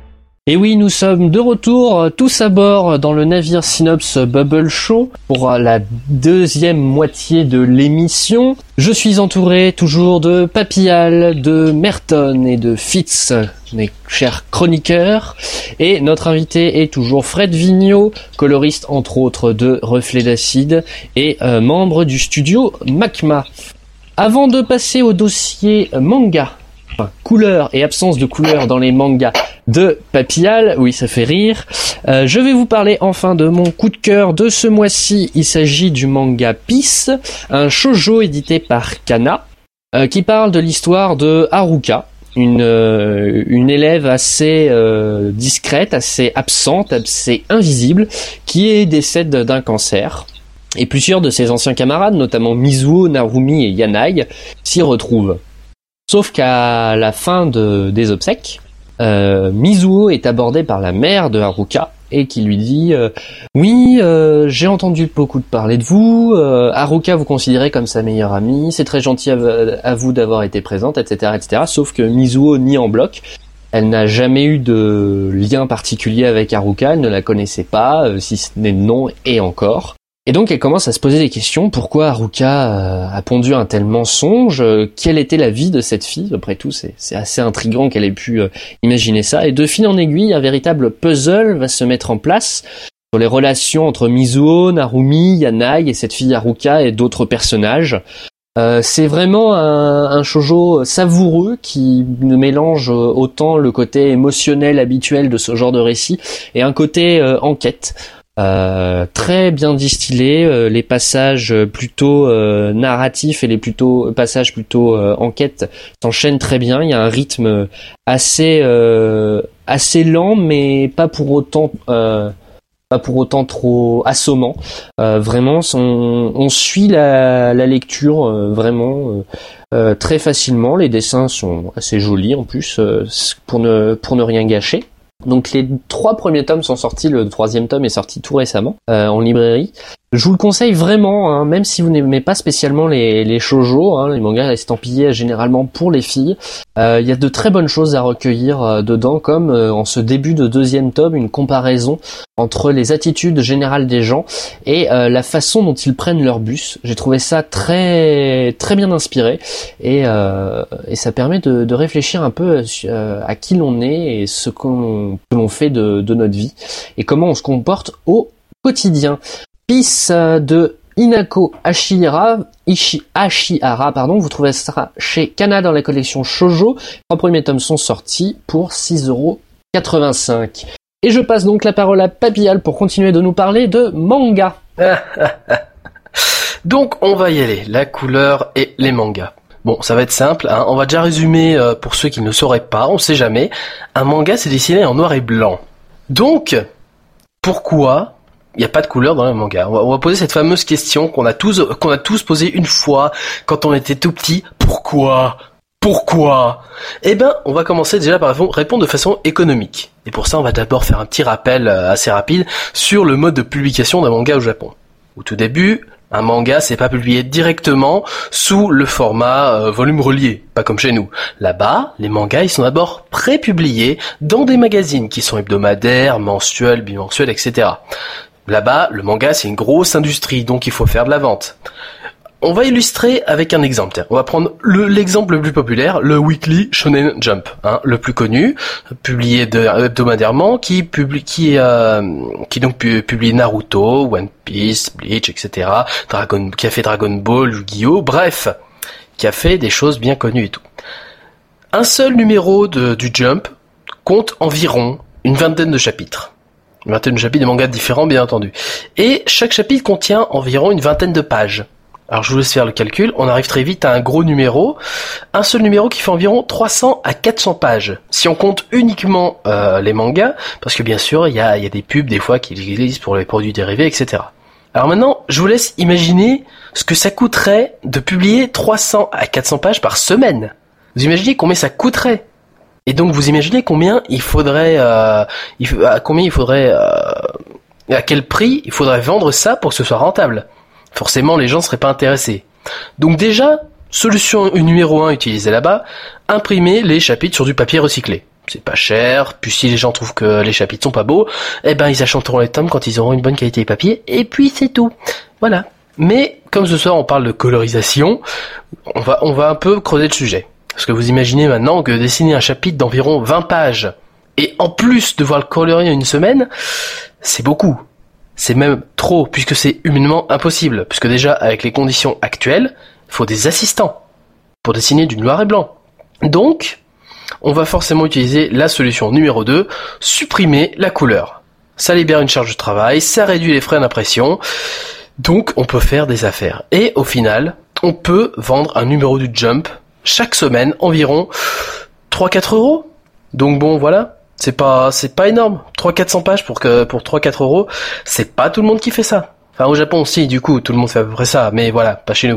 Et oui, nous sommes de retour, tous à bord, dans le navire Synops Bubble Show pour la deuxième moitié de l'émission. Je suis entouré toujours de Papillal, de Merton et de Fitz, mes chers chroniqueurs. Et notre invité est toujours Fred Vigneault, coloriste entre autres de Reflets d'Acide et euh, membre du studio Macma. Avant de passer au dossier manga, enfin, couleur et absence de couleur dans les mangas de Papillal, oui ça fait rire, euh, je vais vous parler enfin de mon coup de cœur de ce mois-ci. Il s'agit du manga Peace, un shoujo édité par Kana, euh, qui parle de l'histoire de Haruka, une, euh, une élève assez euh, discrète, assez absente, assez invisible, qui décède d'un cancer. Et plusieurs de ses anciens camarades, notamment Mizuho, Narumi et Yanai, s'y retrouvent. Sauf qu'à la fin de, des obsèques, euh, Mizuho est abordé par la mère de Haruka et qui lui dit euh, « Oui, euh, j'ai entendu beaucoup de parler de vous, euh, Haruka vous considérez comme sa meilleure amie, c'est très gentil à, à vous d'avoir été présente, et cetera et cetera » Sauf que Mizuho nie en bloc. Elle n'a jamais eu de lien particulier avec Haruka, elle ne la connaissait pas, euh, si ce n'est de nom et encore. Et donc elle commence à se poser des questions. Pourquoi Haruka a pondu un tel mensonge? Quelle était la vie de cette fille? Après tout, c'est, c'est assez intriguant qu'elle ait pu euh, imaginer ça. Et de fil en aiguille, un véritable puzzle va se mettre en place sur les relations entre Mizuho, Narumi, Yanai et cette fille Haruka et d'autres personnages. Euh, c'est vraiment un, un shoujo savoureux qui mélange autant le côté émotionnel habituel de ce genre de récit et un côté euh, enquête. Euh, très bien distillé, euh, les passages plutôt euh, narratifs et les plutôt passages plutôt euh, enquête s'enchaînent très bien. Il y a un rythme assez euh, assez lent, mais pas pour autant euh, pas pour autant trop assommant. Euh, vraiment, on, on suit la, la lecture euh, vraiment euh, euh, très facilement. Les dessins sont assez jolis en plus euh, pour ne pour ne rien gâcher. Donc les trois premiers tomes sont sortis, le troisième tome est sorti tout récemment euh, en librairie. Je vous le conseille vraiment, hein, même si vous n'aimez pas spécialement les, les shoujo, hein, les mangas estampillés généralement pour les filles. Euh, il y a de très bonnes choses à recueillir euh, dedans, comme euh, en ce début de deuxième tome, une comparaison entre les attitudes générales des gens et euh, la façon dont ils prennent leur bus. J'ai trouvé ça très très bien inspiré et, euh, et ça permet de, de réfléchir un peu euh, à qui l'on est et ce qu'on, que l'on fait de, de notre vie et comment on se comporte au quotidien. Peace de Inako Ashihara, Ishi, Ashihara, pardon, vous trouvez ça chez Kana dans la collection Shoujo. Les trois premiers tomes sont sortis pour six euros quatre-vingt-cinq. Et je passe donc la parole à Papillal pour continuer de nous parler de manga. Donc on va y aller, la couleur et les mangas. Bon, ça va être simple, hein. On va déjà résumer euh, pour ceux qui ne sauraient pas, on sait jamais. Un manga, c'est dessiné en noir et blanc. Donc, pourquoi il n'y a pas de couleur dans le manga? On va, on va poser cette fameuse question qu'on a tous qu'on a tous posée une fois quand on était tout petit. Pourquoi? Pourquoi? Eh ben, on va commencer déjà par répondre de façon économique. Et pour ça, on va d'abord faire un petit rappel assez rapide sur le mode de publication d'un manga au Japon. Au tout début, un manga, c'est pas publié directement sous le format euh, volume relié, pas comme chez nous. Là-bas, les mangas, ils sont d'abord pré-publiés dans des magazines qui sont hebdomadaires, mensuels, bimensuels, et cetera. Là-bas, le manga, c'est une grosse industrie, donc il faut faire de la vente. On va illustrer avec un exemple. On va prendre le, l'exemple le plus populaire, le Weekly Shonen Jump, hein, le plus connu, publié de, hebdomadairement, qui publie, qui, euh, qui donc publie Naruto, One Piece, Bleach, et cetera. Dragon, qui a fait Dragon Ball, Yu-Gi-Oh, bref, qui a fait des choses bien connues et tout. Un seul numéro de, du Jump compte environ une vingtaine de chapitres. Une vingtaine de chapitres de mangas différents, bien entendu. Et chaque chapitre contient environ une vingtaine de pages. Alors je vous laisse faire le calcul, on arrive très vite à un gros numéro, un seul numéro qui fait environ trois cents à quatre cents pages. Si on compte uniquement euh, les mangas, parce que bien sûr il y a, y a des pubs des fois qui existent pour les produits dérivés, et cetera. Alors maintenant, je vous laisse imaginer ce que ça coûterait de publier trois cents à quatre cents pages par semaine. Vous imaginez combien ça coûterait? Et donc vous imaginez combien il faudrait, euh, il, à combien il faudrait, euh, à quel prix il faudrait vendre ça pour que ce soit rentable. Forcément, les gens seraient pas intéressés. Donc déjà, solution numéro un utilisée là-bas, imprimer les chapitres sur du papier recyclé. c'est pas cher, puis si les gens trouvent que les chapitres sont pas beaux, eh ben ils achèteront les tomes quand ils auront une bonne qualité de papier, et puis c'est tout. Voilà. Mais comme ce soir on parle de colorisation, on va on va un peu creuser le sujet. Parce que vous imaginez maintenant que dessiner un chapitre d'environ vingt pages, et en plus devoir le colorier en une semaine, c'est beaucoup. C'est même trop, puisque c'est humainement impossible. Puisque déjà, avec les conditions actuelles, il faut des assistants pour dessiner du noir et blanc. Donc, on va forcément utiliser la solution numéro deux, supprimer la couleur. Ça libère une charge de travail, ça réduit les frais d'impression, donc on peut faire des affaires. Et au final, on peut vendre un numéro du Jump chaque semaine environ trois à quatre euros. Donc bon, voilà, c'est pas c'est pas énorme. trois à quatre cents pages pour que pour trois à quatre euros, c'est pas tout le monde qui fait ça. Enfin au Japon aussi, du coup, tout le monde fait à peu près ça, mais voilà, pas chez nous.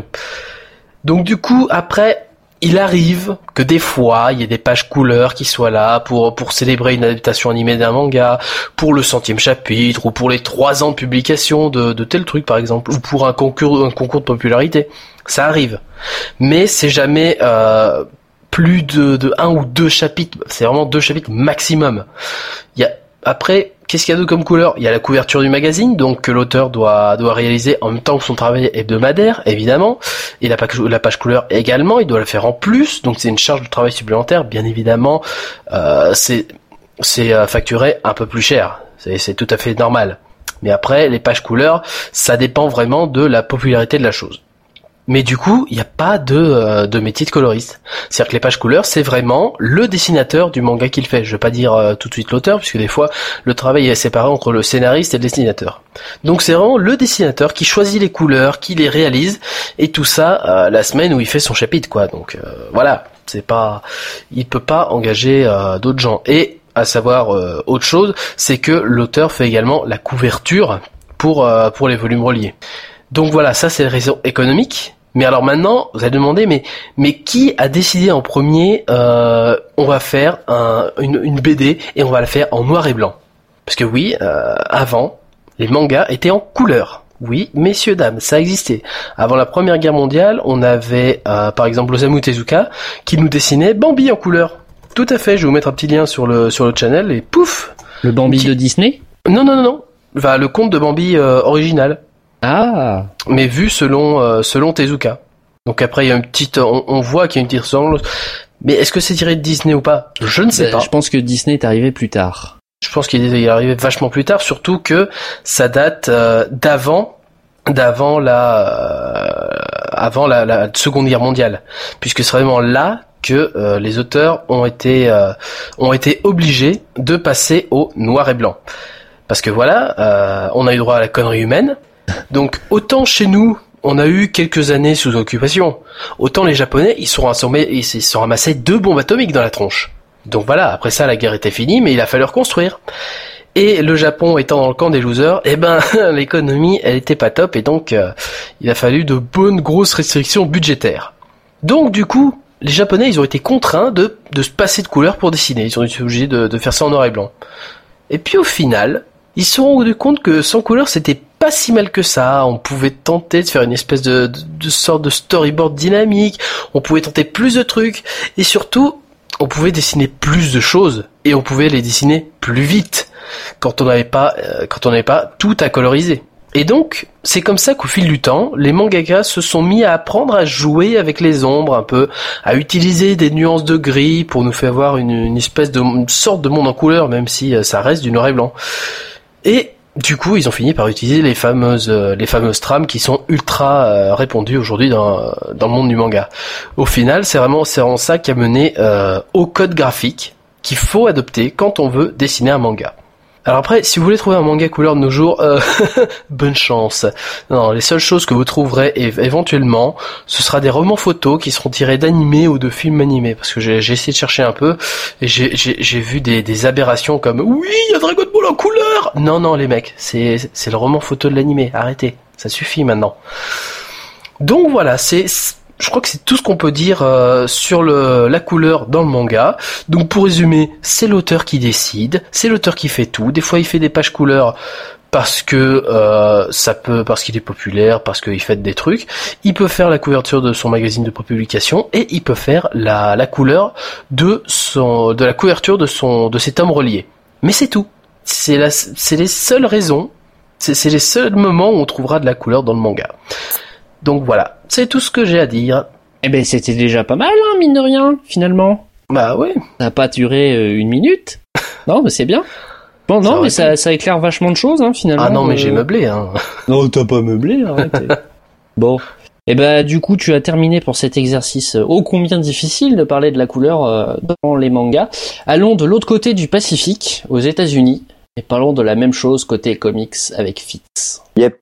Donc du coup, après, il arrive que des fois, il y ait des pages couleurs qui soient là pour pour célébrer une adaptation animée d'un manga, pour le centième chapitre, ou pour les trois ans de publication de, de tel truc par exemple, ou pour un concours un concours de popularité. Ça arrive, mais c'est jamais euh, plus de, de un ou deux chapitres. C'est vraiment deux chapitres maximum. Il y a après. Qu'est-ce qu'il y a d'autre comme couleur ? Il y a la couverture du magazine, donc que l'auteur doit doit réaliser en même temps que son travail hebdomadaire, évidemment. Et la page, la page couleur également, il doit la faire en plus, donc c'est une charge de travail supplémentaire. Bien évidemment, euh, c'est c'est facturé un peu plus cher. C'est c'est tout à fait normal. Mais après, les pages couleurs, ça dépend vraiment de la popularité de la chose. Mais du coup, il n'y a pas de, euh, de métier de coloriste. C'est-à-dire que les pages couleurs, c'est vraiment le dessinateur du manga qui le fait. Je vais pas dire euh, tout de suite l'auteur, puisque des fois, le travail est séparé entre le scénariste et le dessinateur. Donc c'est vraiment le dessinateur qui choisit les couleurs, qui les réalise, et tout ça euh, la semaine où il fait son chapitre, quoi. Donc euh, voilà, c'est pas, il peut pas engager euh, d'autres gens. Et à savoir euh, autre chose, c'est que l'auteur fait également la couverture pour euh, pour les volumes reliés. Donc voilà, ça c'est les raisons économiques. Mais alors maintenant, vous allez demander, mais mais qui a décidé en premier euh, on va faire un, une, une B D et on va la faire en noir et blanc? Parce que oui, euh, avant, les mangas étaient en couleur. Oui, messieurs, dames, ça existait. Avant la Première Guerre mondiale, on avait euh, par exemple Osamu Tezuka qui nous dessinait Bambi en couleur. Tout à fait, je vais vous mettre un petit lien sur le sur le channel et pouf. Le Bambi Qui... de Disney ? Non, non, non, non. Enfin, le conte de Bambi euh, original. Ah. Mais vu selon euh, selon Tezuka. Donc après il y a une petite, on, on voit qu'il y a une petite ressemblance. Mais est-ce que c'est tiré de Disney ou pas ? Je ne sais bah, pas. Je pense que Disney est arrivé plus tard. Je pense qu'il est arrivé vachement plus tard, surtout que ça date euh, d'avant, d'avant la, euh, avant la, la Seconde Guerre mondiale, puisque c'est vraiment là que euh, les auteurs ont été euh, ont été obligés de passer au noir et blanc. Parce que voilà, euh, on a eu droit à la connerie humaine. Donc autant chez nous, on a eu quelques années sous occupation, autant les Japonais, ils sont rassemblés, ils se sont ramassés deux bombes atomiques dans la tronche. Donc voilà, après ça, la guerre était finie, mais il a fallu reconstruire. Et le Japon étant dans le camp des losers, eh ben l'économie, elle était pas top, et donc euh, il a fallu de bonnes grosses restrictions budgétaires. Donc du coup, les Japonais, ils ont été contraints de de se passer de couleur pour dessiner. Ils ont été obligés de, de faire ça en noir et blanc. Et puis au final, ils se sont rendus compte que sans couleur, c'était pas si mal que ça. On pouvait tenter de faire une espèce de, de, de sorte de storyboard dynamique. On pouvait tenter plus de trucs. Et surtout, on pouvait dessiner plus de choses. Et on pouvait les dessiner plus vite. Quand on n'avait pas, euh, quand on n'avait pas tout à coloriser. Et donc, c'est comme ça qu'au fil du temps, les mangakas se sont mis à apprendre à jouer avec les ombres un peu, à utiliser des nuances de gris pour nous faire avoir une, une espèce de une sorte de monde en couleur, même si euh, ça reste du noir et blanc. Et du coup, ils ont fini par utiliser les fameuses euh, les fameuses trames qui sont ultra euh, répandues aujourd'hui dans dans le monde du manga. Au final, c'est vraiment c'est vraiment ça qui a mené euh, au code graphique qu'il faut adopter quand on veut dessiner un manga. Alors après, si vous voulez trouver un manga couleur de nos jours, euh, bonne chance. Non, les seules choses que vous trouverez éve- éventuellement, ce sera des romans photos qui seront tirés d'animés ou de films animés, parce que j'ai, j'ai essayé de chercher un peu et j'ai, j'ai, j'ai vu des, des aberrations comme oui, il y a Dragon Ball en couleur. Non, non, les mecs, c'est, c'est le roman photo de l'animé. Arrêtez, ça suffit maintenant. Donc voilà, c'est je crois que c'est tout ce qu'on peut dire euh, sur le, la couleur dans le manga. Donc pour résumer, c'est l'auteur qui décide, c'est l'auteur qui fait tout. Des fois il fait des pages couleurs parce que euh, ça peut, parce qu'il est populaire, parce qu'il fait des trucs. Il peut faire la couverture de son magazine de publication et il peut faire la, la couleur de son, de la couverture de son, de ses tomes reliés. Mais c'est tout. C'est la, c'est les seules raisons. C'est, c'est les seuls moments où on trouvera de la couleur dans le manga. Donc voilà, c'est tout ce que j'ai à dire. Eh ben c'était déjà pas mal, hein, mine de rien, finalement. Bah ouais. Ça n'a pas duré euh, une minute. Non, mais c'est bien. Bon, non, mais ça, ça éclaire vachement de choses, hein, finalement. Ah non, mais euh... j'ai meublé, hein. Non, t'as pas meublé, arrêtez. Bon. Et eh ben, du coup, tu as terminé pour cet exercice ô combien difficile de parler de la couleur euh, dans les mangas. Allons de l'autre côté du Pacifique, aux États-Unis, et parlons de la même chose côté comics avec Fitz. Yep.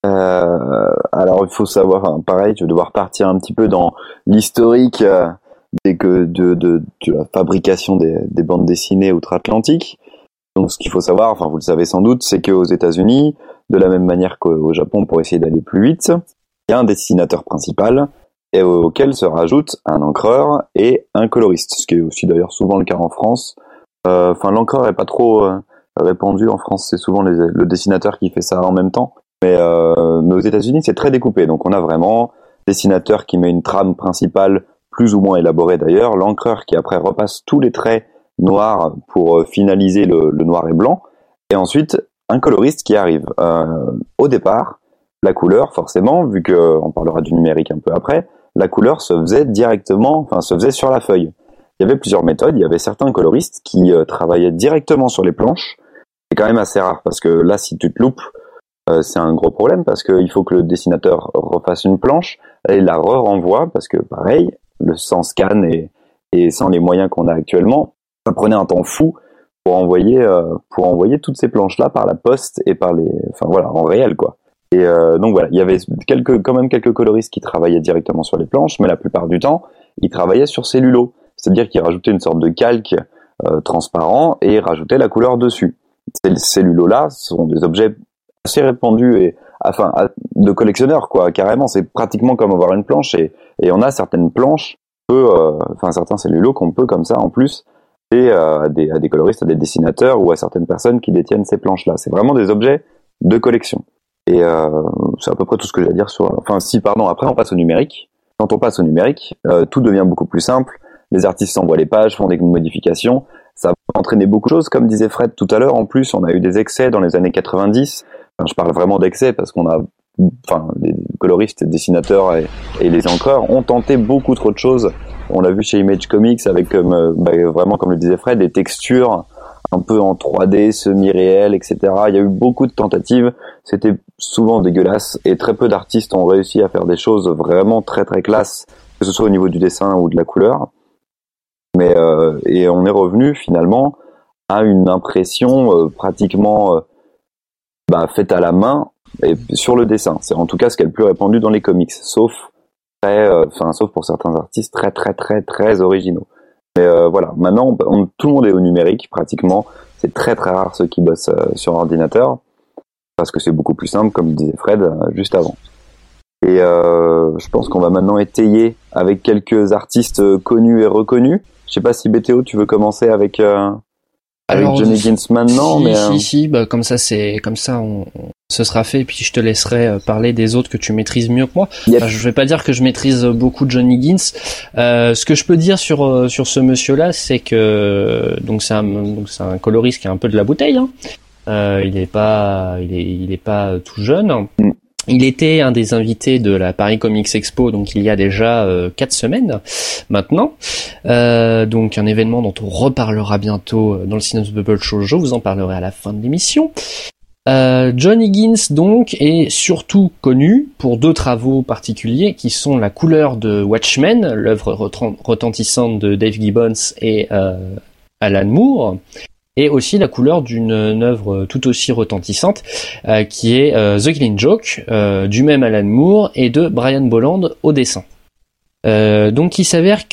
Euh, alors, il faut savoir, hein, pareil, je vais devoir partir un petit peu dans l'historique euh, des, que, de, de, de la fabrication des, des bandes dessinées outre-Atlantique. Donc, ce qu'il faut savoir, enfin, vous le savez sans doute, c'est qu'aux États-Unis, de la même manière qu'au Japon, pour essayer d'aller plus vite, il y a un dessinateur principal et auquel se rajoute un encreur et un coloriste, ce qui est aussi d'ailleurs souvent le cas en France. Euh, enfin, l'encreur est pas trop euh, répandu en France, c'est souvent les, le dessinateur qui fait ça en même temps. Mais, euh, mais aux États-Unis, c'est très découpé. Donc, on a vraiment un dessinateur qui met une trame principale, plus ou moins élaborée d'ailleurs, l'encreur qui après repasse tous les traits noirs pour finaliser le, le noir et blanc, et ensuite un coloriste qui arrive. Euh, au départ, la couleur, forcément, vu que on parlera du numérique un peu après, la couleur se faisait directement, enfin se faisait sur la feuille. Il y avait plusieurs méthodes. Il y avait certains coloristes qui euh, travaillaient directement sur les planches. C'est quand même assez rare parce que là, si tu te loupes, euh, c'est un gros problème parce qu'il faut que le dessinateur refasse une planche et la re-renvoie parce que pareil, le sans scan et, et sans les moyens qu'on a actuellement, ça prenait un temps fou pour envoyer euh, pour envoyer toutes ces planches là par la poste et par les, enfin voilà, en réel quoi. Et euh, donc voilà, il y avait quelques quand même quelques coloristes qui travaillaient directement sur les planches, mais la plupart du temps, ils travaillaient sur cellulo, c'est-à-dire qu'ils rajoutaient une sorte de calque euh, transparent et rajoutaient la couleur dessus. Ces cellulos là sont des objets assez répandus et enfin de collectionneurs quoi, carrément, c'est pratiquement comme avoir une planche et et on a certaines planches peu euh, enfin certains cellulos qu'on peut comme ça en plus et euh, à des à des coloristes, à des dessinateurs ou à certaines personnes qui détiennent ces planches là. C'est vraiment des objets de collection. Et euh, c'est à peu près tout ce que j'ai à dire sur... Enfin, si, pardon, après on passe au numérique. Quand on passe au numérique, euh, tout devient beaucoup plus simple. Les artistes envoient les pages, font des modifications. Ça va entraîner beaucoup de choses, comme disait Fred tout à l'heure. En plus, on a eu des excès dans les années quatre-vingt-dix. Enfin, je parle vraiment d'excès parce qu'on a... Enfin, les coloristes, dessinateurs et, et les encreurs ont tenté beaucoup trop de choses. On l'a vu chez Image Comics avec, comme, bah, vraiment, comme le disait Fred, des textures un peu en trois D, semi-réel, et cetera. Il y a eu beaucoup de tentatives. C'était souvent dégueulasse et très peu d'artistes ont réussi à faire des choses vraiment très très classe, que ce soit au niveau du dessin ou de la couleur. Mais euh, et on est revenu finalement à une impression euh, pratiquement euh, bah, faite à la main et sur le dessin. C'est en tout cas ce qui est le plus répandu dans les comics, sauf très, enfin euh, sauf pour certains artistes très très très très originaux. Mais euh, voilà, maintenant on, on, tout le monde est au numérique pratiquement. C'est très très rare ceux qui bossent euh, sur ordinateur parce que c'est beaucoup plus simple, comme disait Fred euh, juste avant. Et euh, je pense qu'on va maintenant étayer avec quelques artistes connus et reconnus. Je sais pas si B T O tu veux commencer avec euh, avec Alors, Johnny Gins maintenant, si, mais si euh... si, bah comme ça c'est comme ça on, on ce sera fait et puis je te laisserai euh, parler des autres que tu maîtrises mieux que moi. Yep. Enfin, je vais pas dire que je maîtrise beaucoup Johnny Gins. Euh, ce que je peux dire sur euh, sur ce monsieur-là, c'est que donc c'est un donc c'est un coloriste qui a un peu de la bouteille. Hein. Euh, il est pas il est il est pas tout jeune. Mm. Il était un des invités de la Paris Comics Expo, donc il y a déjà euh, quatre semaines maintenant. Euh, donc un événement dont on reparlera bientôt dans le Synops Bubble Show. Je vous en parlerai à la fin de l'émission. Euh, John Higgins donc est surtout connu pour deux travaux particuliers qui sont la couleur de Watchmen, l'œuvre retentissante de Dave Gibbons et euh, Alan Moore. Et aussi la couleur d'une œuvre tout aussi retentissante euh, qui est euh, The Killing Joke euh, du même Alan Moore et de Brian Bolland au dessin. Euh, donc il s'avère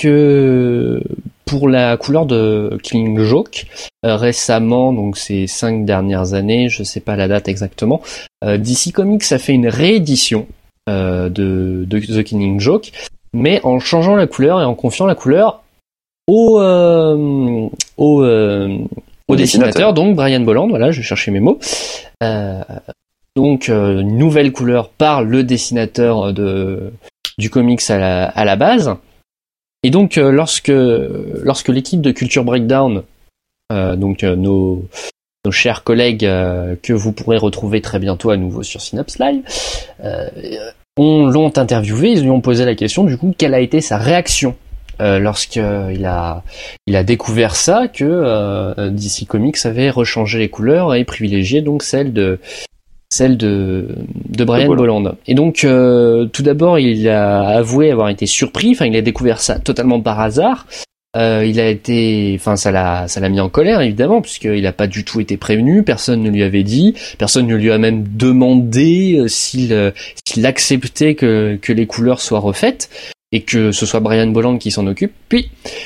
que pour la couleur de Killing Joke, euh, récemment, donc ces cinq dernières années, je sais pas la date exactement, euh, D C Comics a fait une réédition euh, de, de The Killing Joke, mais en changeant la couleur et en confiant la couleur au euh, au euh, Au dessinateur, dessinateur, donc Brian Bolland, voilà, je cherchais mes mots. Euh, donc, euh, nouvelle couleur par le dessinateur de, du comics à la, à la base. Et donc, euh, lorsque, lorsque l'équipe de Culture Breakdown, euh, donc euh, nos, nos chers collègues euh, que vous pourrez retrouver très bientôt à nouveau sur Synops Live, euh, on l'ont interviewé, ils lui ont posé la question, du coup, quelle a été sa réaction Euh, lorsqu'il a il a découvert ça, que euh, D C Comics avait rechangé les couleurs et privilégié donc celle de celle de de Brian Bolland. Et donc euh, tout d'abord il a avoué avoir été surpris, enfin il a découvert ça totalement par hasard. Euh, il a été, enfin ça l'a ça l'a mis en colère évidemment, puisqu'il a pas du tout été prévenu, personne ne lui avait dit, personne ne lui a même demandé euh, s'il euh, s'il acceptait que que les couleurs soient refaites. Et que ce soit Brian Bolland qui s'en occupe. Puis,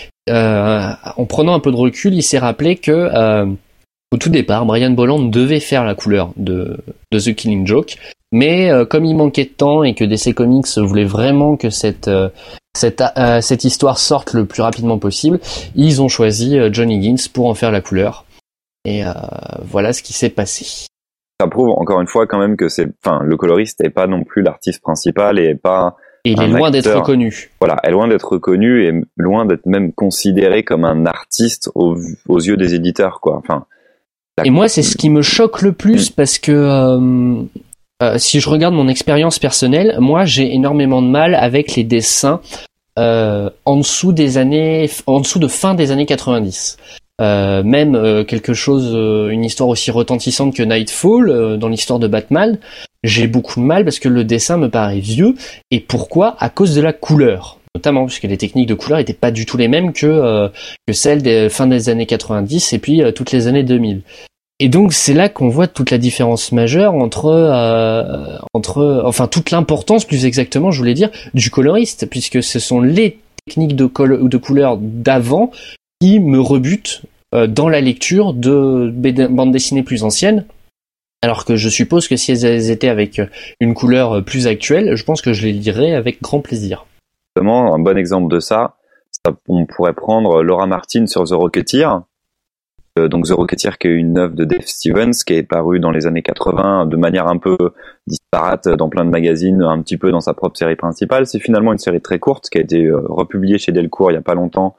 euh, en prenant un peu de recul, il s'est rappelé que euh, au tout départ, Brian Bolland devait faire la couleur de, de The Killing Joke, mais euh, comme il manquait de temps et que D C Comics voulait vraiment que cette euh, cette euh, cette histoire sorte le plus rapidement possible, ils ont choisi euh, John Higgins pour en faire la couleur. Et euh, voilà ce qui s'est passé. Ça prouve encore une fois quand même que c'est, enfin, le coloriste n'est pas non plus l'artiste principal et pas. Et il est loin d'être reconnu. Voilà, est loin d'être reconnu et loin d'être même considéré comme un artiste aux, aux yeux des éditeurs, quoi. Enfin. La... Et moi, c'est ce qui me choque le plus, mmh. parce que euh, euh, si je regarde mon expérience personnelle, moi, j'ai énormément de mal avec les dessins euh, en dessous des années, en dessous de fin des années quatre-vingt-dix. Euh, même euh, quelque chose, euh, une histoire aussi retentissante que Nightfall euh, dans l'histoire de Batman, j'ai beaucoup de mal parce que le dessin me paraît vieux. Et pourquoi ? À cause de la couleur, notamment puisque les techniques de couleur étaient pas du tout les mêmes que euh, que celles des fin des années quatre-vingt-dix et puis euh, toutes les années deux mille. Et donc c'est là qu'on voit toute la différence majeure entre euh, entre enfin toute l'importance, plus exactement, je voulais dire, du coloriste, puisque ce sont les techniques de col- ou de couleur d'avant qui me rebutent euh, dans la lecture de bandes dessinées plus anciennes, alors que je suppose que si elles étaient avec une couleur plus actuelle, je pense que je les lirais avec grand plaisir. Justement, un bon exemple de ça, ça on pourrait prendre Laura Martin sur The Rocketeer. Euh, donc The Rocketeer, qui est une œuvre de Dave Stevens, qui est parue dans les années quatre-vingts de manière un peu disparate dans plein de magazines, un petit peu dans sa propre série principale. C'est finalement une série très courte qui a été euh, republiée chez Delcourt il y a pas longtemps.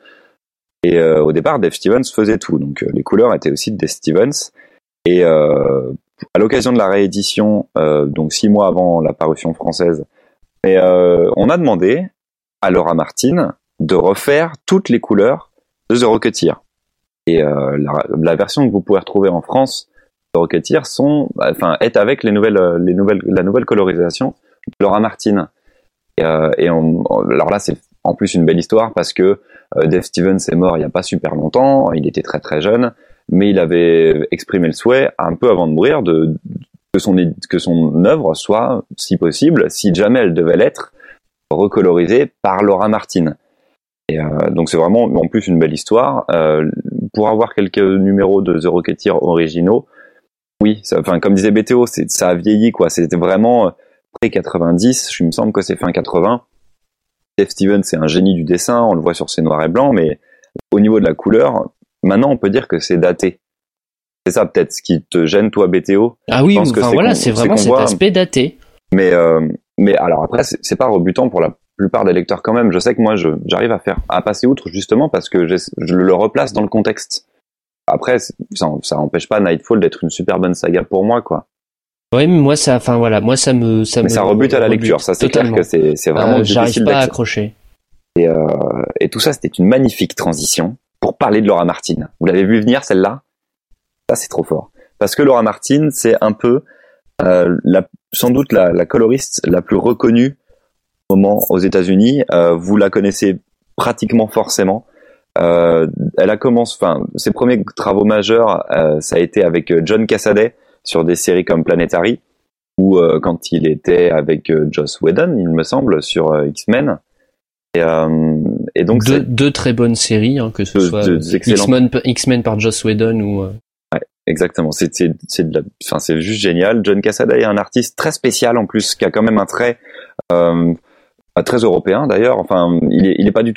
Et euh, au départ, Dave Stevens faisait tout. Donc euh, les couleurs étaient aussi de Dave Stevens. Et euh, à l'occasion de la réédition, euh, donc six mois avant la parution française, et, euh, on a demandé à Laura Martin de refaire toutes les couleurs de The Rocketeer. Et euh, la, la version que vous pouvez retrouver en France de The Rocketeer sont, enfin, est avec les nouvelles, les nouvelles, la nouvelle colorisation de Laura Martin. Et, euh, et on, alors là, c'est en plus une belle histoire parce que euh, Dave Stevens est mort il y a pas super longtemps. Il était très très jeune, mais il avait exprimé le souhait un peu avant de mourir de que son que son œuvre soit, si possible, si jamais elle devait l'être, recolorisée par Laura Martin. Et euh, donc c'est vraiment en plus une belle histoire. Euh, pour avoir quelques numéros de The Rocketeer originaux, oui, ça, enfin comme disait B T O, c'est, ça a vieilli quoi. C'était vraiment près quatre-vingt-dix. Je me semble que c'est fin quatre-vingts. Dave Stevens c'est un génie du dessin, on le voit sur ses noirs et blancs, mais au niveau de la couleur, maintenant on peut dire que c'est daté. C'est ça peut-être ce qui te gêne toi B T O. Ah oui, enfin voilà, c'est vraiment cet aspect daté. Mais euh, mais alors après c'est, c'est pas rebutant pour la plupart des lecteurs quand même. Je sais que moi je j'arrive à faire à passer outre justement parce que je, je le replace dans le contexte. Après ça ça empêche pas Nightfall d'être une super bonne saga pour moi quoi. Oui, mais moi ça enfin voilà, moi ça me ça mais me ça rebute à la rebute, lecture, ça c'est totalement. Clair que c'est c'est vraiment euh, difficile j'arrive pas d'accès. à accrocher. Et euh, et tout ça c'était une magnifique transition pour parler de Laura Martin. Vous l'avez vu venir celle-là? Ça c'est trop fort. Parce que Laura Martin, c'est un peu euh, la sans doute la, la coloriste la plus reconnue au moment aux États-Unis. Euh, vous la connaissez pratiquement forcément. Euh, elle a commencé, enfin, ses premiers travaux majeurs, euh, ça a été avec John Cassaday sur des séries comme Planetary, ou euh, quand il était avec euh, Joss Whedon, il me semble, sur euh, X-Men. Et, euh, et donc deux, deux très bonnes séries, hein, que ce deux, soit deux X-Men, X-Men par Joss Whedon ou. Euh... Ouais, exactement. C'est c'est c'est de la, enfin c'est juste génial. John Cassaday est un artiste très spécial en plus, qui a quand même un trait euh, très européen d'ailleurs. Enfin, il est il est pas du tout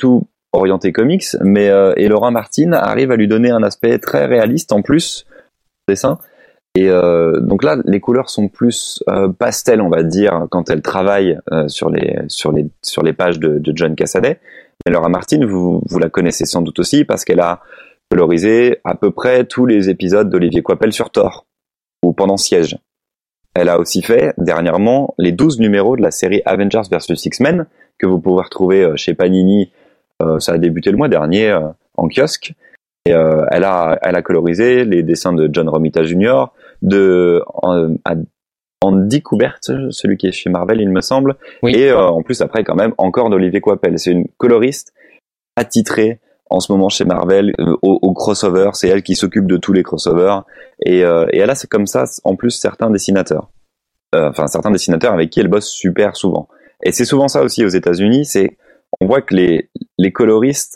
orienté comics, mais euh, et Laura Martin arrive à lui donner un aspect très réaliste en plus au dessin. Et euh, donc là, les couleurs sont plus euh, pastel, on va dire, quand elle travaille euh, sur les sur les sur les pages de, de John Cassaday. Mais Laura Martin, vous vous la connaissez sans doute aussi parce qu'elle a colorisé à peu près tous les épisodes d'Olivier Coipel sur Thor ou pendant Siège. Elle a aussi fait dernièrement les douze numéros de la série Avengers versus X-Men que vous pouvez retrouver chez Panini. Euh, ça a débuté le mois dernier euh, en kiosque. Et euh, elle a elle a colorisé les dessins de John Romita junior, de euh, Andy Kubert, celui qui est chez Marvel il me semble, oui. Et euh, en plus après quand même encore d'Olivier Coipel. C'est une coloriste attitrée en ce moment chez Marvel euh, au, au crossover. C'est elle qui s'occupe de tous les crossovers et, euh, et elle a comme ça en plus certains dessinateurs, euh, enfin certains dessinateurs avec qui elle bosse super souvent. Et c'est souvent ça aussi aux États-Unis. C'est on voit que les les coloristes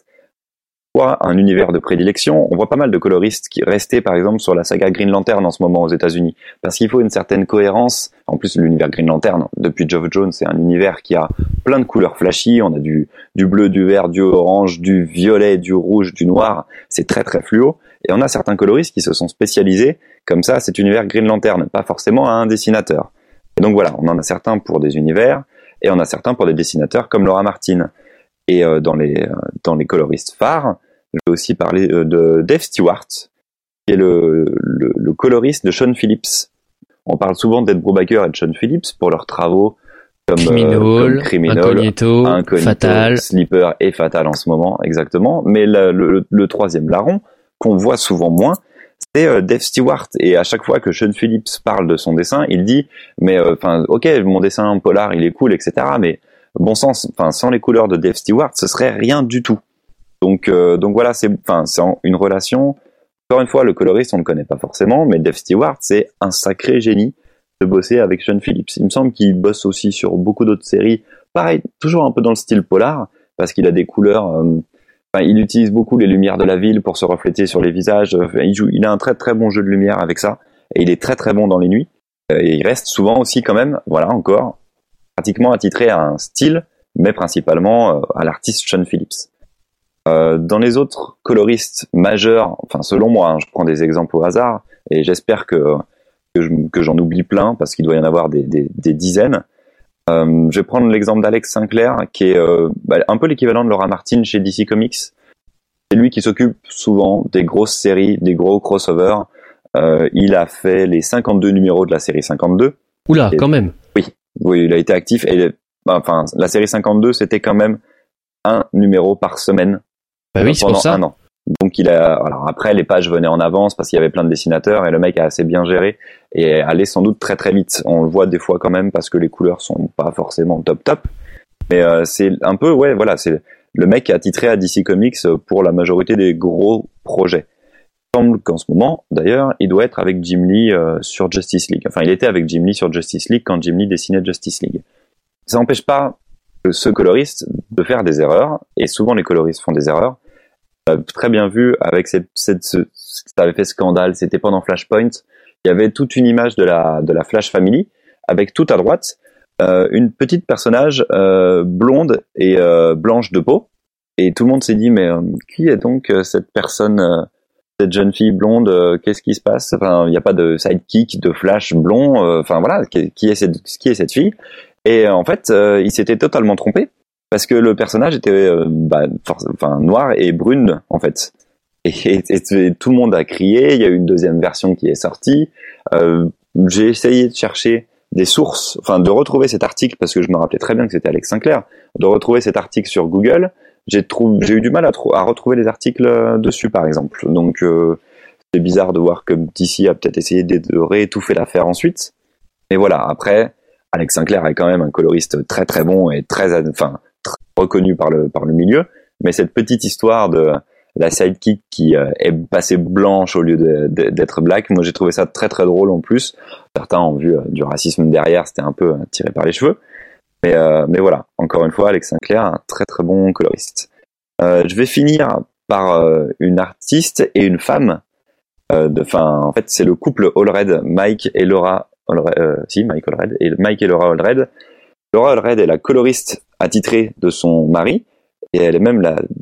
un univers de prédilection. On voit pas mal de coloristes qui restaient par exemple sur la saga Green Lantern en ce moment aux États-Unis parce qu'il faut une certaine cohérence. En plus, l'univers Green Lantern depuis Geoff Jones, c'est un univers qui a plein de couleurs flashy. On a du du bleu, du vert, du orange, du violet, du rouge, du noir. C'est très très fluo. Et on a certains coloristes qui se sont spécialisés comme ça à cet univers Green Lantern, pas forcément à un dessinateur. Et donc voilà, on en a certains pour des univers et on a certains pour des dessinateurs comme Laura Martin. Et euh, dans les euh, dans les coloristes phares, je vais aussi parler de Dave Stewart, qui est le, le, le coloriste de Sean Phillips. On parle souvent d'Ed Brubaker et de Sean Phillips pour leurs travaux comme Criminal, euh, comme Criminal Incognito, Incognito, Fatal, Sleeper et Fatal en ce moment, exactement. Mais le, le, le troisième larron, qu'on voit souvent moins, c'est euh, Dave Stewart. Et à chaque fois que Sean Phillips parle de son dessin, il dit « mais enfin, euh, ok, mon dessin polar, il est cool, et cetera. Mais bon sens, enfin, sans les couleurs de Dave Stewart, ce serait rien du tout. » Donc, euh, donc voilà, c'est, enfin, c'est une relation. Encore une fois, le coloriste, on ne le connaît pas forcément, mais Dave Stewart, c'est un sacré génie de bosser avec Sean Phillips. Il me semble qu'il bosse aussi sur beaucoup d'autres séries. Pareil, toujours un peu dans le style polar, parce qu'il a des couleurs. Euh, enfin, il utilise beaucoup les lumières de la ville pour se refléter sur les visages. Il joue, il a un très très bon jeu de lumière avec ça, et il est très très bon dans les nuits. Et il reste souvent aussi quand même, voilà, encore pratiquement attitré à un style, mais principalement à l'artiste Sean Phillips. Euh, dans les autres coloristes majeurs, enfin selon moi, hein, je prends des exemples au hasard et j'espère que que, je, que j'en oublie plein parce qu'il doit y en avoir des, des, des dizaines. Euh, je vais prendre l'exemple d'Alex Sinclair qui est euh, bah, un peu l'équivalent de Laura Martin chez D C Comics. C'est lui qui s'occupe souvent des grosses séries, des gros crossovers. Euh, il a fait les cinquante-deux numéros de la série cinquante-deux. Oula, et, quand même. Oui, oui, il a été actif et bah, enfin la série cinquante-deux c'était quand même un numéro par semaine. Bah oui, c'est pour ça. Un an. Donc il a, alors après les pages venaient en avance parce qu'il y avait plein de dessinateurs et le mec a assez bien géré et allait sans doute très très vite. On le voit des fois quand même parce que les couleurs sont pas forcément top top. Mais euh, c'est un peu, ouais, voilà, c'est le mec qui a titré à D C Comics pour la majorité des gros projets. Il semble qu'en ce moment, d'ailleurs, il doit être avec Jim Lee euh, sur Justice League. Enfin, il était avec Jim Lee sur Justice League quand Jim Lee dessinait Justice League. Ça n'empêche pas ce coloriste de faire des erreurs et souvent les coloristes font des erreurs. Euh, très bien vu avec cette, cette ce, ça avait fait scandale, c'était pendant Flashpoint. Il y avait toute une image de la de la Flash Family avec tout à droite euh, une petite personnage euh, blonde et euh, blanche de peau et tout le monde s'est dit mais euh, qui est donc euh, cette personne, euh, cette jeune fille blonde, euh, qu'est-ce qui se passe? Enfin, il n'y a pas de sidekick de Flash blond. Euh, enfin voilà, qui, qui est cette qui est cette fille? Et euh, en fait, euh, il s'était totalement trompé. Parce que le personnage était euh, bah, enfin noir et brune en fait, et, et, et tout le monde a crié. Il y a eu une deuxième version qui est sortie. Euh, j'ai essayé de chercher des sources, enfin de retrouver cet article parce que je me rappelais très bien que c'était Alex Sinclair. De retrouver cet article sur Google, j'ai trouvé, j'ai eu du mal à, tro- à retrouver les articles dessus par exemple. Donc euh, c'est bizarre de voir que D C a peut-être essayé de, de réétouffer l'affaire ensuite. Mais voilà, après Alex Sinclair est quand même un coloriste très très bon et très, enfin reconnu par le par le milieu, mais cette petite histoire de la sidekick qui euh, est passée blanche au lieu de, de, d'être black, moi j'ai trouvé ça très très drôle en plus. Certains ont vu euh, du racisme derrière, c'était un peu euh, tiré par les cheveux, mais euh, mais voilà, encore une fois, Alex Sinclair, un très très bon coloriste. Euh, je vais finir par euh, une artiste et une femme. Euh, de, fin, en fait, c'est le couple Allred, Mike et Laura. Allred, euh, si Mike Allred et Mike et Laura Allred. Laura Allred est la coloriste attitrée de son mari et elle est même la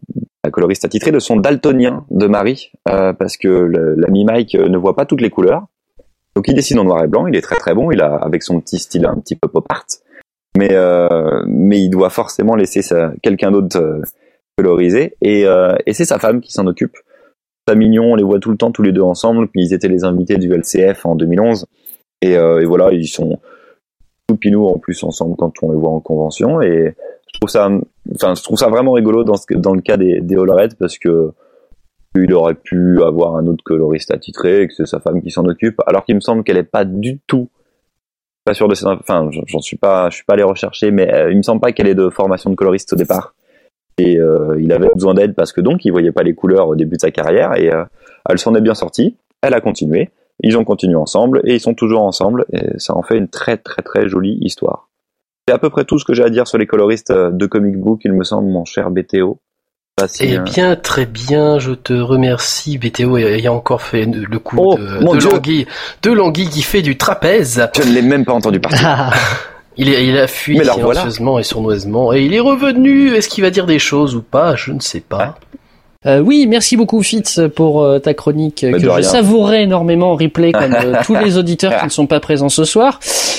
la coloriste attitrée, de son daltonien de mari, euh, parce que le, l'ami Mike ne voit pas toutes les couleurs. Donc il dessine en noir et blanc, il est très très bon, il a avec son petit style un petit peu pop art, mais euh, mais il doit forcément laisser sa, quelqu'un d'autre euh, coloriser, et euh, et c'est sa femme qui s'en occupe. C'est mignon, on les voit tout le temps tous les deux ensemble, puis ils étaient les invités du L C F en deux mille onze, et, euh, et voilà, ils sont tout pinous en plus ensemble quand on les voit en convention, et je trouve ça, enfin je trouve ça vraiment rigolo dans ce, dans le cas des des Allred, parce que il aurait pu avoir un autre coloriste attitré et que c'est sa femme qui s'en occupe, alors qu'il me semble qu'elle est pas du tout, pas sûr de cette, enfin, j'en suis pas, je suis pas allé rechercher, mais euh, il me semble pas qu'elle ait de formation de coloriste au départ. Et euh, il avait besoin d'aide parce que donc il voyait pas les couleurs au début de sa carrière, et euh, elle s'en est bien sortie, elle a continué, ils ont continué ensemble et ils sont toujours ensemble, et ça en fait une très très très jolie histoire. C'est à peu près tout ce que j'ai à dire sur les coloristes de comic book, il me semble, mon cher B T O. Eh bien, très bien, je te remercie, B T O, ayant encore fait le coup oh, de, de Languille, de Languille qui fait du trapèze. Je ne l'ai même pas entendu partir. il, est, il a fui silencieusement voilà. et sournoisement, et il est revenu. Est-ce qu'il va dire des choses ou pas? Je ne sais pas. Euh, oui, merci beaucoup Fitz pour euh, ta chronique bah, que je savourais énormément en replay comme euh, tous les auditeurs qui ne sont pas présents ce soir.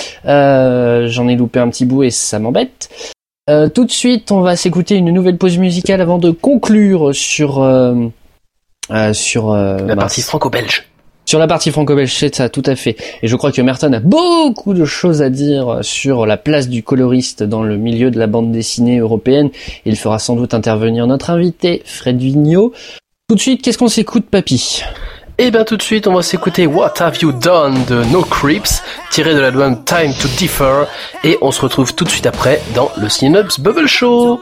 Euh, j'en ai loupé un petit bout et ça m'embête. Euh, tout de suite, on va s'écouter une nouvelle pause musicale avant de conclure sur euh, euh, sur euh, la partie franco-belge. Sur la partie franco-belge, c'est ça, tout à fait. Et je crois que Merton a beaucoup de choses à dire sur la place du coloriste dans le milieu de la bande dessinée européenne. Il fera sans doute intervenir notre invité, Fred Vigneault. Tout de suite, qu'est-ce qu'on s'écoute, papy ? Et bien tout de suite, on va s'écouter What Have You Done de No Creeps, tiré de l'album Time to Differ, et on se retrouve tout de suite après dans le Synops Bubble Show.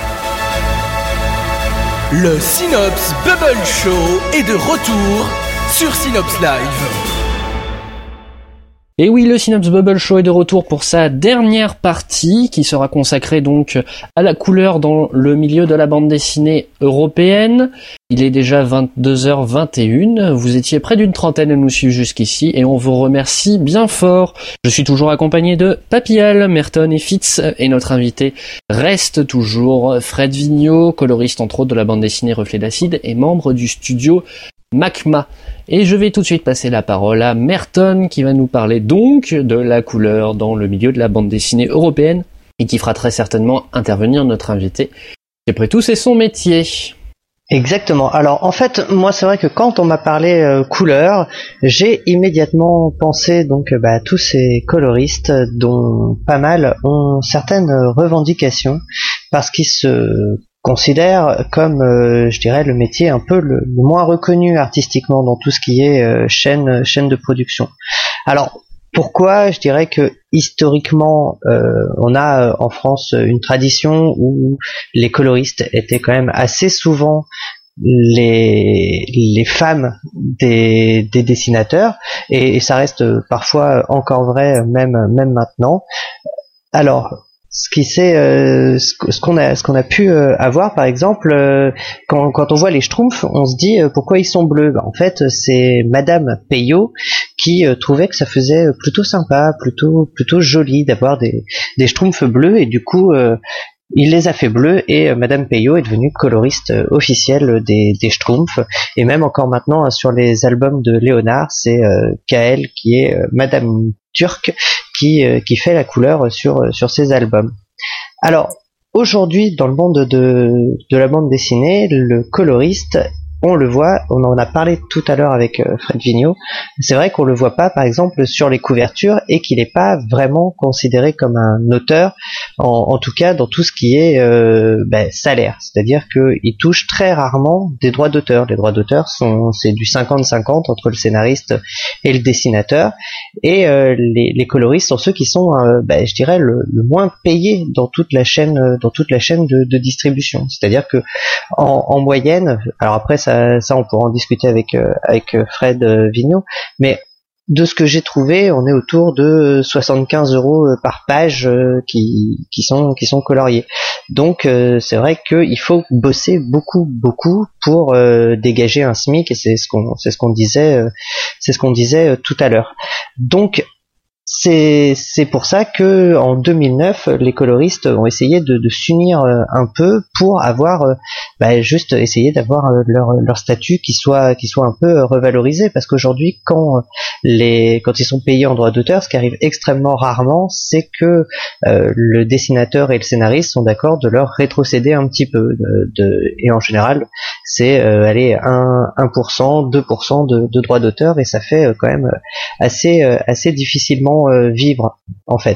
Le Synops Bubble Show est de retour sur Synops Live. Et oui, le Synops Bubble Show est de retour pour sa dernière partie qui sera consacrée donc à la couleur dans le milieu de la bande dessinée européenne. Il est déjà vingt-deux heures vingt et une, vous étiez près d'une trentaine à nous suivre jusqu'ici et on vous remercie bien fort. Je suis toujours accompagné de Papillal, Merton et Fitz et notre invité reste toujours Fred Vigneault, coloriste entre autres de la bande dessinée Reflet d'Acide et membre du studio Macma. Et je vais tout de suite passer la parole à Merton qui va nous parler donc de la couleur dans le milieu de la bande dessinée européenne et qui fera très certainement intervenir notre invité. Après tout, c'est son métier. Exactement. Alors en fait, moi c'est vrai que quand on m'a parlé euh, couleur, j'ai immédiatement pensé donc bah, à tous ces coloristes dont pas mal ont certaines revendications parce qu'ils se considèrent comme, euh, je dirais, le métier un peu le, le moins reconnu artistiquement dans tout ce qui est euh, chaîne chaîne de production. Alors pourquoi? Je dirais que historiquement, euh, on a euh, en France une tradition où les coloristes étaient quand même assez souvent les les femmes des des dessinateurs et, et ça reste parfois encore vrai même même maintenant. Alors ce qui c'est euh, ce qu'on a ce qu'on a pu euh, avoir par exemple euh, quand quand on voit les Schtroumpfs, on se dit euh, pourquoi ils sont bleus. Bah, en fait, c'est Madame Peyo qui euh, trouvait que ça faisait plutôt sympa, plutôt plutôt joli d'avoir des des Schtroumpfs bleus et du coup euh, il les a fait bleus et euh, Madame Peyo est devenue coloriste euh, officielle des des Schtroumpfs et même encore maintenant euh, sur les albums de Léonard, c'est euh, Kael qui est euh, Madame Turc qui euh, qui fait la couleur sur sur ses albums. Alors aujourd'hui dans le monde de de la bande dessinée, le coloriste, on le voit, on en a parlé tout à l'heure avec euh, Fred Vigneault, c'est vrai qu'on le voit pas par exemple sur les couvertures et qu'il n'est pas vraiment considéré comme un auteur, en, en tout cas dans tout ce qui est euh, ben, salaire, c'est-à-dire qu'il touche très rarement des droits d'auteur. Les droits d'auteur sont c'est du cinquante cinquante entre le scénariste et le dessinateur et euh, les, les coloristes sont ceux qui sont euh, ben, je dirais le, le moins payés dans toute la chaîne dans toute la chaîne de, de distribution, c'est-à-dire que en, en moyenne, alors après ça ça on pourra en discuter avec euh, avec Fred euh, Vigneault, mais de ce que j'ai trouvé, on est autour de soixante-quinze euros par page euh, qui qui sont qui sont coloriés. Donc euh, c'est vrai qu'il faut bosser beaucoup beaucoup pour euh, dégager un SMIC et c'est ce qu'on c'est ce qu'on disait euh, c'est ce qu'on disait euh, tout à l'heure. Donc c'est c'est pour ça que en deux mille neuf les coloristes ont essayé de, de s'unir un peu pour avoir euh, bah, juste essayer d'avoir leur leur statut qui soit qui soit un peu revalorisé, parce qu'aujourd'hui quand les quand ils sont payés en droit d'auteur, ce qui arrive extrêmement rarement, c'est que euh, le dessinateur et le scénariste sont d'accord de leur rétrocéder un petit peu de, de et en général c'est euh, allez un un pour cent deux pour cent de, de droit d'auteur et ça fait euh, quand même assez euh, assez difficilement Euh, vivre en fait.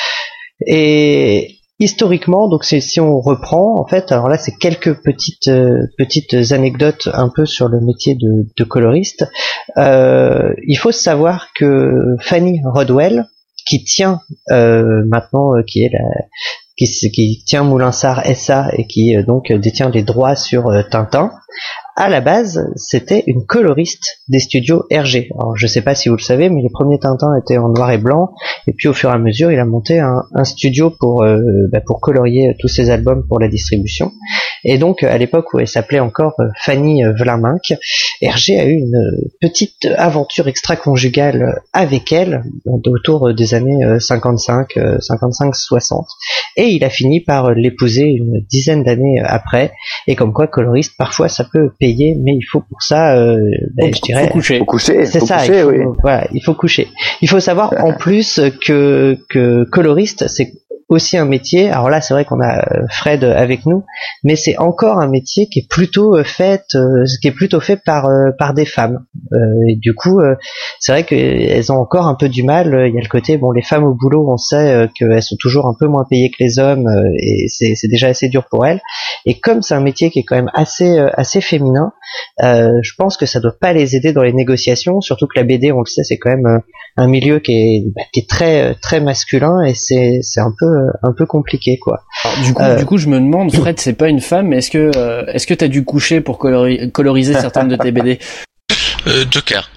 Et historiquement, donc c'est, si on reprend en fait, alors là c'est quelques petites euh, petites anecdotes un peu sur le métier de, de coloriste. Euh, il faut savoir que Fanny Rodwell, qui tient euh, maintenant, euh, qui est la qui, qui tient Moulinsart S A et qui euh, donc détient les droits sur euh, Tintin. À la base, c'était une coloriste des studios R G. Alors, je sais pas si vous le savez, mais les premiers Tintins étaient en noir et blanc, et puis au fur et à mesure, il a monté un, un studio pour euh, bah, pour colorier tous ses albums pour la distribution. Et donc, à l'époque où elle s'appelait encore euh, Fanny Vlaminck, R G a eu une petite aventure extra-conjugale avec elle, autour des années cinquante-cinq, cinquante-cinq soixante, et il a fini par l'épouser une dizaine d'années après, et comme quoi, coloriste, parfois ça peut payer, mais il faut pour ça, euh, ben, je dirais, faut coucher. Faut coucher. C'est faut ça. coucher, il faut, oui. Voilà, il faut coucher. Il faut savoir en plus que que coloriste, c'est aussi un métier. Alors là, c'est vrai qu'on a Fred avec nous, mais c'est encore un métier qui est plutôt fait, euh, qui est plutôt fait par euh, par des femmes. Euh, et du coup, euh, c'est vrai qu'elles ont encore un peu du mal. Il y a le côté, bon, les femmes au boulot, on sait euh, qu'elles sont toujours un peu moins payées que les hommes, euh, et c'est c'est déjà assez dur pour elles. Et comme c'est un métier qui est quand même assez euh, assez féminin, euh, je pense que ça doit pas les aider dans les négociations. Surtout que la B D, on le sait, c'est quand même euh, un milieu qui est bah, qui est très très masculin, et c'est c'est un peu un peu compliqué, quoi. Alors, du coup, euh, du coup, je me demande, Fred, c'est pas une femme, mais est-ce que euh, est-ce que t'as dû coucher pour colori- coloriser certaines de tes B D? Euh, Joker.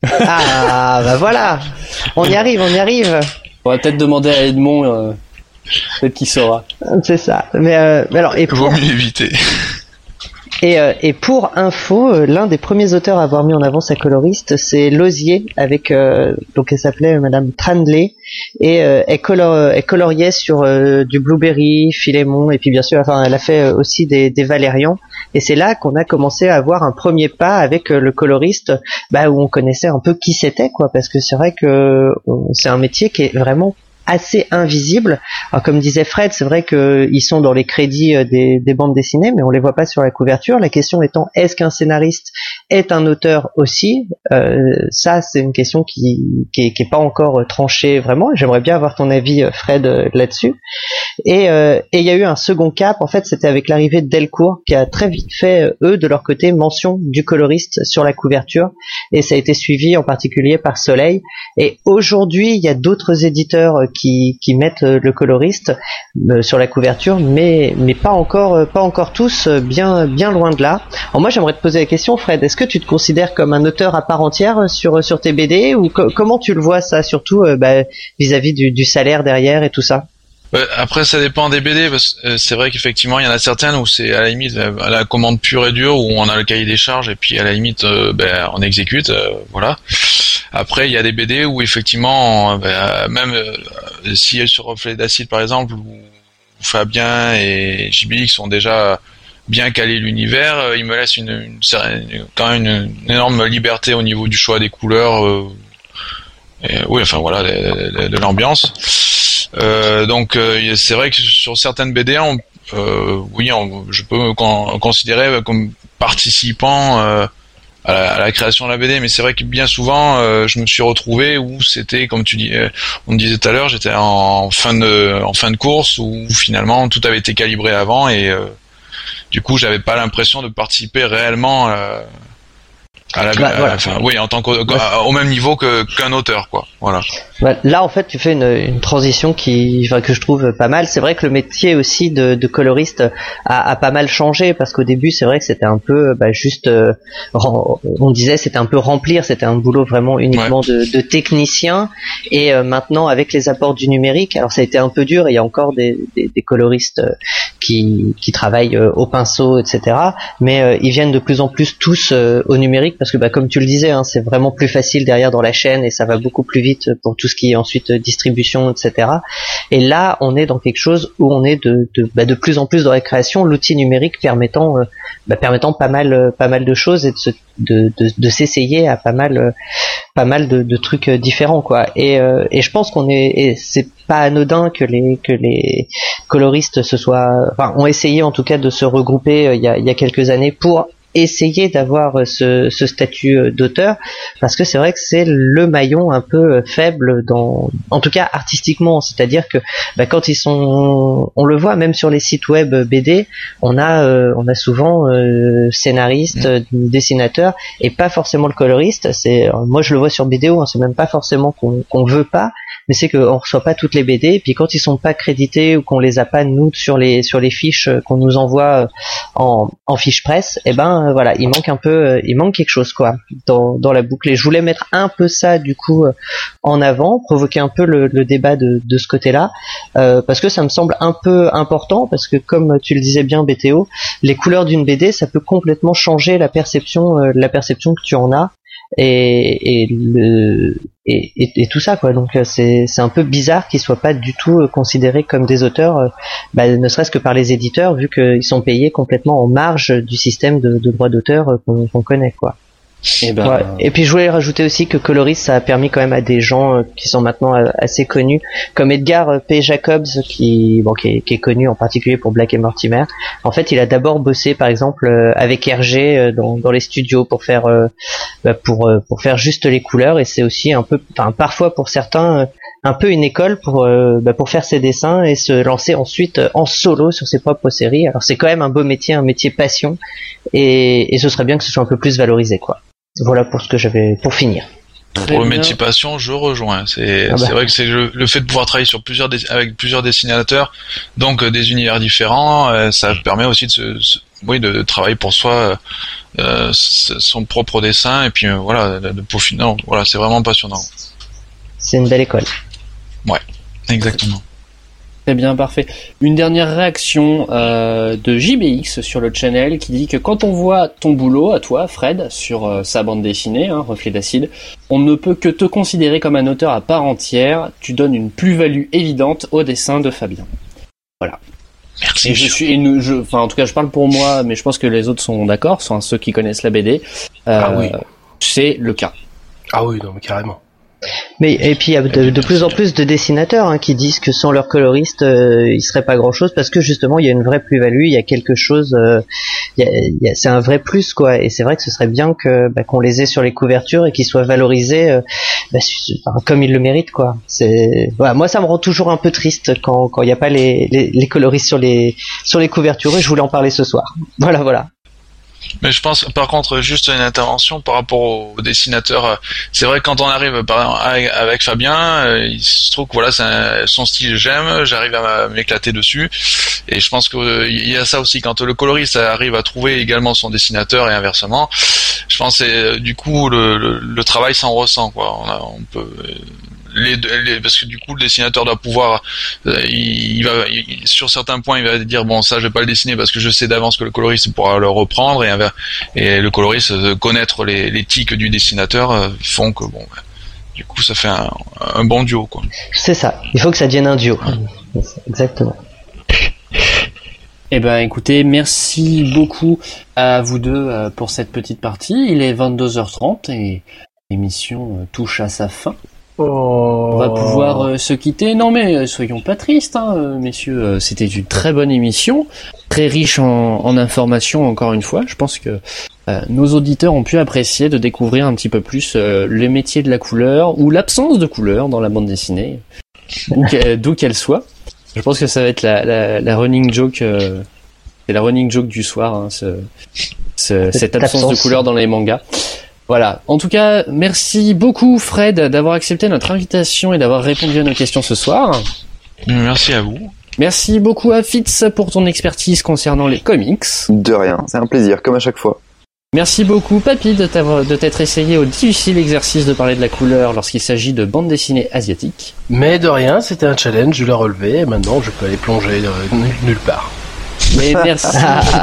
Ah, bah voilà. On y arrive, on y arrive. On va peut-être demander à Edmond, euh, peut-être qu'il saura. C'est ça. Mais, euh, mais alors, et pour... Vaut mieux éviter. Et, euh, et pour info, euh, l'un des premiers auteurs à avoir mis en avant sa coloriste, c'est Lozier, avec euh, donc elle s'appelait Madame Trandley, et euh, elle, color, elle coloriait sur euh, du Blueberry, Philémon, et puis bien sûr, enfin, elle a fait euh, aussi des, des Valérians. Et c'est là qu'on a commencé à avoir un premier pas avec euh, le coloriste, bah, où on connaissait un peu qui c'était, quoi, parce que c'est vrai que on, c'est un métier qui est vraiment assez invisible. Alors, comme disait Fred, c'est vrai qu'ils sont dans les crédits des, des bandes dessinées, mais on les voit pas sur la couverture. La question étant, est-ce qu'un scénariste est un auteur aussi? euh, Ça, c'est une question qui, qui, est, qui est pas encore tranchée vraiment. J'aimerais bien avoir ton avis, Fred, là-dessus. Et euh, et il y a eu un second cap. En fait, c'était avec l'arrivée de Delcourt, qui a très vite fait, eux, de leur côté, mention du coloriste sur la couverture. Et ça a été suivi en particulier par Soleil. Et aujourd'hui, il y a d'autres éditeurs qui, qui mettent le coloriste euh, sur la couverture, mais, mais pas encore, pas encore tous, bien, bien loin de là. Alors moi, j'aimerais te poser la question, Fred, est-ce que tu te considères comme un auteur à part entière sur, sur tes B D, ou co- comment tu le vois ça, surtout euh, bah, vis-à-vis du, du salaire derrière et tout ça? Ouais, après, ça dépend des B D, parce que c'est vrai qu'effectivement, il y en a certaines où c'est à la limite à la commande pure et dure, où on a le cahier des charges et puis à la limite, euh, ben, on exécute, euh, voilà. Après, il y a des B D où effectivement, ben, même euh, si sur Reflet d'acide par exemple, où Fabien et J B X sont déjà bien calés l'univers, ils me laissent une, une, une quand même une, une énorme liberté au niveau du choix des couleurs. Euh, et, oui, enfin voilà, de, de, de l'ambiance. Euh, donc euh, c'est vrai que sur certaines B D, on, euh, oui, on, je peux me con, considérer comme participant euh, à, la, à la création de la B D, mais c'est vrai que bien souvent, euh, je me suis retrouvé où c'était, comme tu dis, euh, on me disait tout à l'heure, j'étais en fin de en fin de course où finalement tout avait été calibré avant et euh, du coup, j'avais pas l'impression de participer réellement euh, à la, bah, voilà. enfin, oui, en tant qu'au au même niveau que qu'un auteur, quoi. Voilà. Là, en fait, tu fais une, une transition qui, enfin, que je trouve pas mal. C'est vrai que le métier aussi de, de coloriste a, a pas mal changé, parce qu'au début, c'est vrai que c'était un peu, bah, juste, euh, on disait, c'était un peu remplir, c'était un boulot vraiment uniquement ouais. de, de technicien. Et euh, maintenant, avec les apports du numérique, alors ça a été un peu dur. Il y a encore des, des, des coloristes qui, qui travaillent euh, au pinceau, et cetera. Mais euh, ils viennent de plus en plus tous euh, au numérique, parce que, bah, comme tu le disais, hein, c'est vraiment plus facile derrière dans la chaîne et ça va beaucoup plus vite pour tout ce qui est ensuite distribution, et cetera. Et là, on est dans quelque chose où on est de de, bah, de plus en plus dans la création, l'outil numérique permettant euh, bah, permettant pas mal euh, pas mal de choses et de, se, de, de de s'essayer à pas mal euh, pas mal de, de trucs différents, quoi. Et euh, et je pense qu'on est et c'est pas anodin que les que les coloristes se soient enfin ont essayé en tout cas de se regrouper euh, il y a il y a quelques années pour essayer d'avoir ce, ce statut d'auteur, parce que c'est vrai que c'est le maillon un peu faible dans, en tout cas artistiquement, c'est-à-dire que bah, quand ils sont, on le voit même sur les sites web B D, on a euh, on a souvent euh, scénariste, mmh. dessinateur et pas forcément le coloriste. C'est, moi je le vois sur B D O, hein, c'est même pas forcément qu'on qu'on veut pas, mais c'est qu'on reçoit pas toutes les B D, et puis quand ils sont pas crédités ou qu'on les a pas nous sur les sur les fiches qu'on nous envoie en en fiche presse, et eh ben voilà, il manque un peu, il manque quelque chose, quoi, dans dans la boucle. Et je voulais mettre un peu ça du coup en avant, provoquer un peu le, le débat de de ce côté-là, euh, parce que ça me semble un peu important, parce que comme tu le disais bien, B T O, les couleurs d'une B D, ça peut complètement changer la perception, euh, la perception que tu en as. Et, et, le, et, et, et tout ça, quoi. Donc c'est, c'est un peu bizarre qu'ils soient pas du tout considérés comme des auteurs, bah, ne serait-ce que par les éditeurs, vu qu'ils sont payés complètement en marge du système de, de droits d'auteur qu'on, qu'on connaît, quoi. Et, ben, ouais. Et puis je voulais rajouter aussi que Coloris, ça a permis quand même à des gens qui sont maintenant assez connus, comme Edgar P. Jacobs, qui, bon, qui est, qui est connu en particulier pour Black et Mortimer. En fait, il a d'abord bossé, par exemple, avec R G dans, dans les studios pour faire, pour, pour faire juste les couleurs, et c'est aussi un peu, enfin, parfois pour certains, un peu une école pour, bah, pour faire ses dessins et se lancer ensuite en solo sur ses propres séries. Alors c'est quand même un beau métier, un métier passion, et, et ce serait bien que ce soit un peu plus valorisé, quoi. Voilà pour ce que j'avais pour finir. Pour le métier passion, je rejoins. C'est, ah bah. c'est vrai que c'est le, le fait de pouvoir travailler sur plusieurs avec plusieurs dessinateurs, donc euh, des univers différents, euh, ça permet aussi de se, se, oui, de, de travailler pour soi euh, son propre dessin et puis euh, voilà, de, de peaufiner. Non, voilà, c'est vraiment passionnant. C'est une belle école. Ouais, exactement. Très bien, parfait. Une dernière réaction euh, de J B X sur le channel qui dit que quand on voit ton boulot à toi, Fred, sur euh, sa bande dessinée, hein, Reflet d'acide, on ne peut que te considérer comme un auteur à part entière. Tu donnes une plus-value évidente au dessin de Fabien. Voilà. Merci. Et je suis, et nous, je, enfin, en tout cas, je parle pour moi, mais je pense que les autres sont d'accord, enfin, ceux qui connaissent la B D. Euh, Ah oui. C'est le cas. Ah oui, non, mais carrément. Mais et puis il y a de, de plus en plus de dessinateurs hein, qui disent que sans leur coloriste, euh, il serait pas grand chose parce que justement il y a une vraie plus-value, il y a quelque chose, euh, il y a, il y a, c'est un vrai plus quoi. Et c'est vrai que ce serait bien que bah, qu'on les ait sur les couvertures et qu'ils soient valorisés euh, bah, enfin, comme ils le méritent quoi. C'est voilà, moi ça me rend toujours un peu triste quand quand il y a pas les, les les coloristes sur les sur les couvertures et je voulais en parler ce soir. Voilà voilà. Mais je pense, par contre, juste une intervention par rapport aux dessinateurs. C'est vrai que quand on arrive, par exemple, avec, avec Fabien, euh, il se trouve que voilà, c'est un, son style j'aime, j'arrive à m'éclater dessus. Et je pense que euh, il y a ça aussi quand le coloriste arrive à trouver également son dessinateur et inversement. Je pense que c'est, du coup le, le, le travail s'en ressent quoi. On, a, on peut Les, les, parce que du coup le dessinateur doit pouvoir euh, il, il va il, sur certains points il va dire bon ça je vais pas le dessiner parce que je sais d'avance que le coloriste pourra le reprendre et, et le coloriste euh, connaître les, les tics du dessinateur euh, font que bon bah, du coup ça fait un, un bon duo quoi. C'est ça, il faut que ça devienne un duo. Exactement. Eh ben, écoutez, merci beaucoup à vous deux euh, pour cette petite partie. Il est vingt-deux heures trente et l'émission euh, touche à sa fin. Oh. On va pouvoir euh, se quitter. Non mais euh, soyons pas tristes, hein, euh, messieurs. Euh, c'était une très bonne émission, très riche en, en informations. Encore une fois, je pense que euh, nos auditeurs ont pu apprécier de découvrir un petit peu plus euh, le métier de la couleur ou l'absence de couleur dans la bande dessinée, d'où qu'elle soit. Je pense que ça va être la, la, la running joke, euh, c'est la running joke du soir, hein, ce, ce, cette, cette absence, absence de couleur dans les mangas. Voilà. En tout cas, merci beaucoup Fred d'avoir accepté notre invitation et d'avoir répondu à nos questions ce soir. Merci à vous. Merci beaucoup à Fitz pour ton expertise concernant les comics. De rien, c'est un plaisir, comme à chaque fois. Merci beaucoup Papy de, de t'être essayé au difficile exercice de parler de la couleur lorsqu'il s'agit de bande dessinée asiatique. Mais de rien, c'était un challenge, je l'ai relevé et maintenant je peux aller plonger nulle part. Mais merci.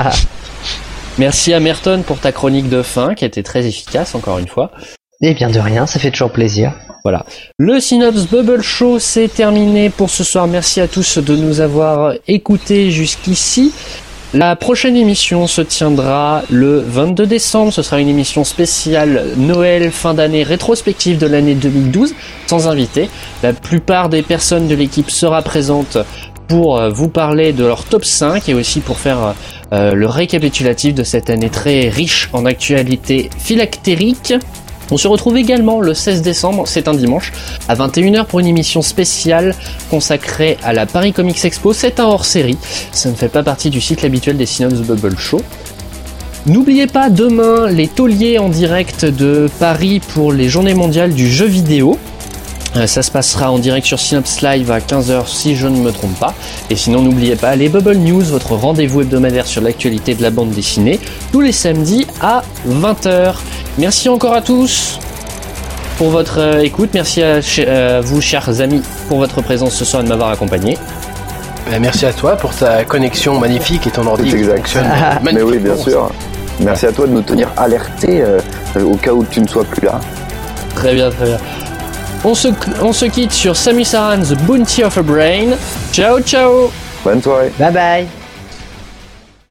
Merci à Merton pour ta chronique de fin qui a été très efficace encore une fois. Eh bien de rien, ça fait toujours plaisir. Voilà. Le Synops Bubble Show c'est terminé pour ce soir. Merci à tous de nous avoir écoutés jusqu'ici. La prochaine émission se tiendra le vingt-deux décembre. Ce sera une émission spéciale Noël, fin d'année, rétrospective de l'année deux mille douze, sans invité. La plupart des personnes de l'équipe sera présente pour vous parler de leur top cinq et aussi pour faire euh, le récapitulatif de cette année très riche en actualités phylactériques. On se retrouve également le seize décembre, c'est un dimanche, à vingt et une heures pour une émission spéciale consacrée à la Paris Comics Expo. C'est un hors-série, ça ne fait pas partie du cycle habituel des Synops Bubble Show. N'oubliez pas demain les tauliers en direct de Paris pour les journées mondiales du jeu vidéo. Ça se passera en direct sur Synops Live à quinze heures si je ne me trompe pas. Et sinon n'oubliez pas les Bubble News, votre rendez-vous hebdomadaire sur l'actualité de la bande dessinée, tous les samedis à vingt heures. Merci encore à tous pour votre euh, écoute. Merci à euh, vous chers amis pour votre présence ce soir et de m'avoir accompagné. Ben, merci à toi pour ta connexion magnifique et ton ordi qui fonctionne ah, magnifiquement. Mais oui, bien sûr. Merci à toi de nous tenir alertés euh, au cas où tu ne sois plus là. Très bien, très bien. On se, on se quitte sur Samus Aran's Bounty of a Brain. Ciao, ciao. Bonne soirée. Bye bye.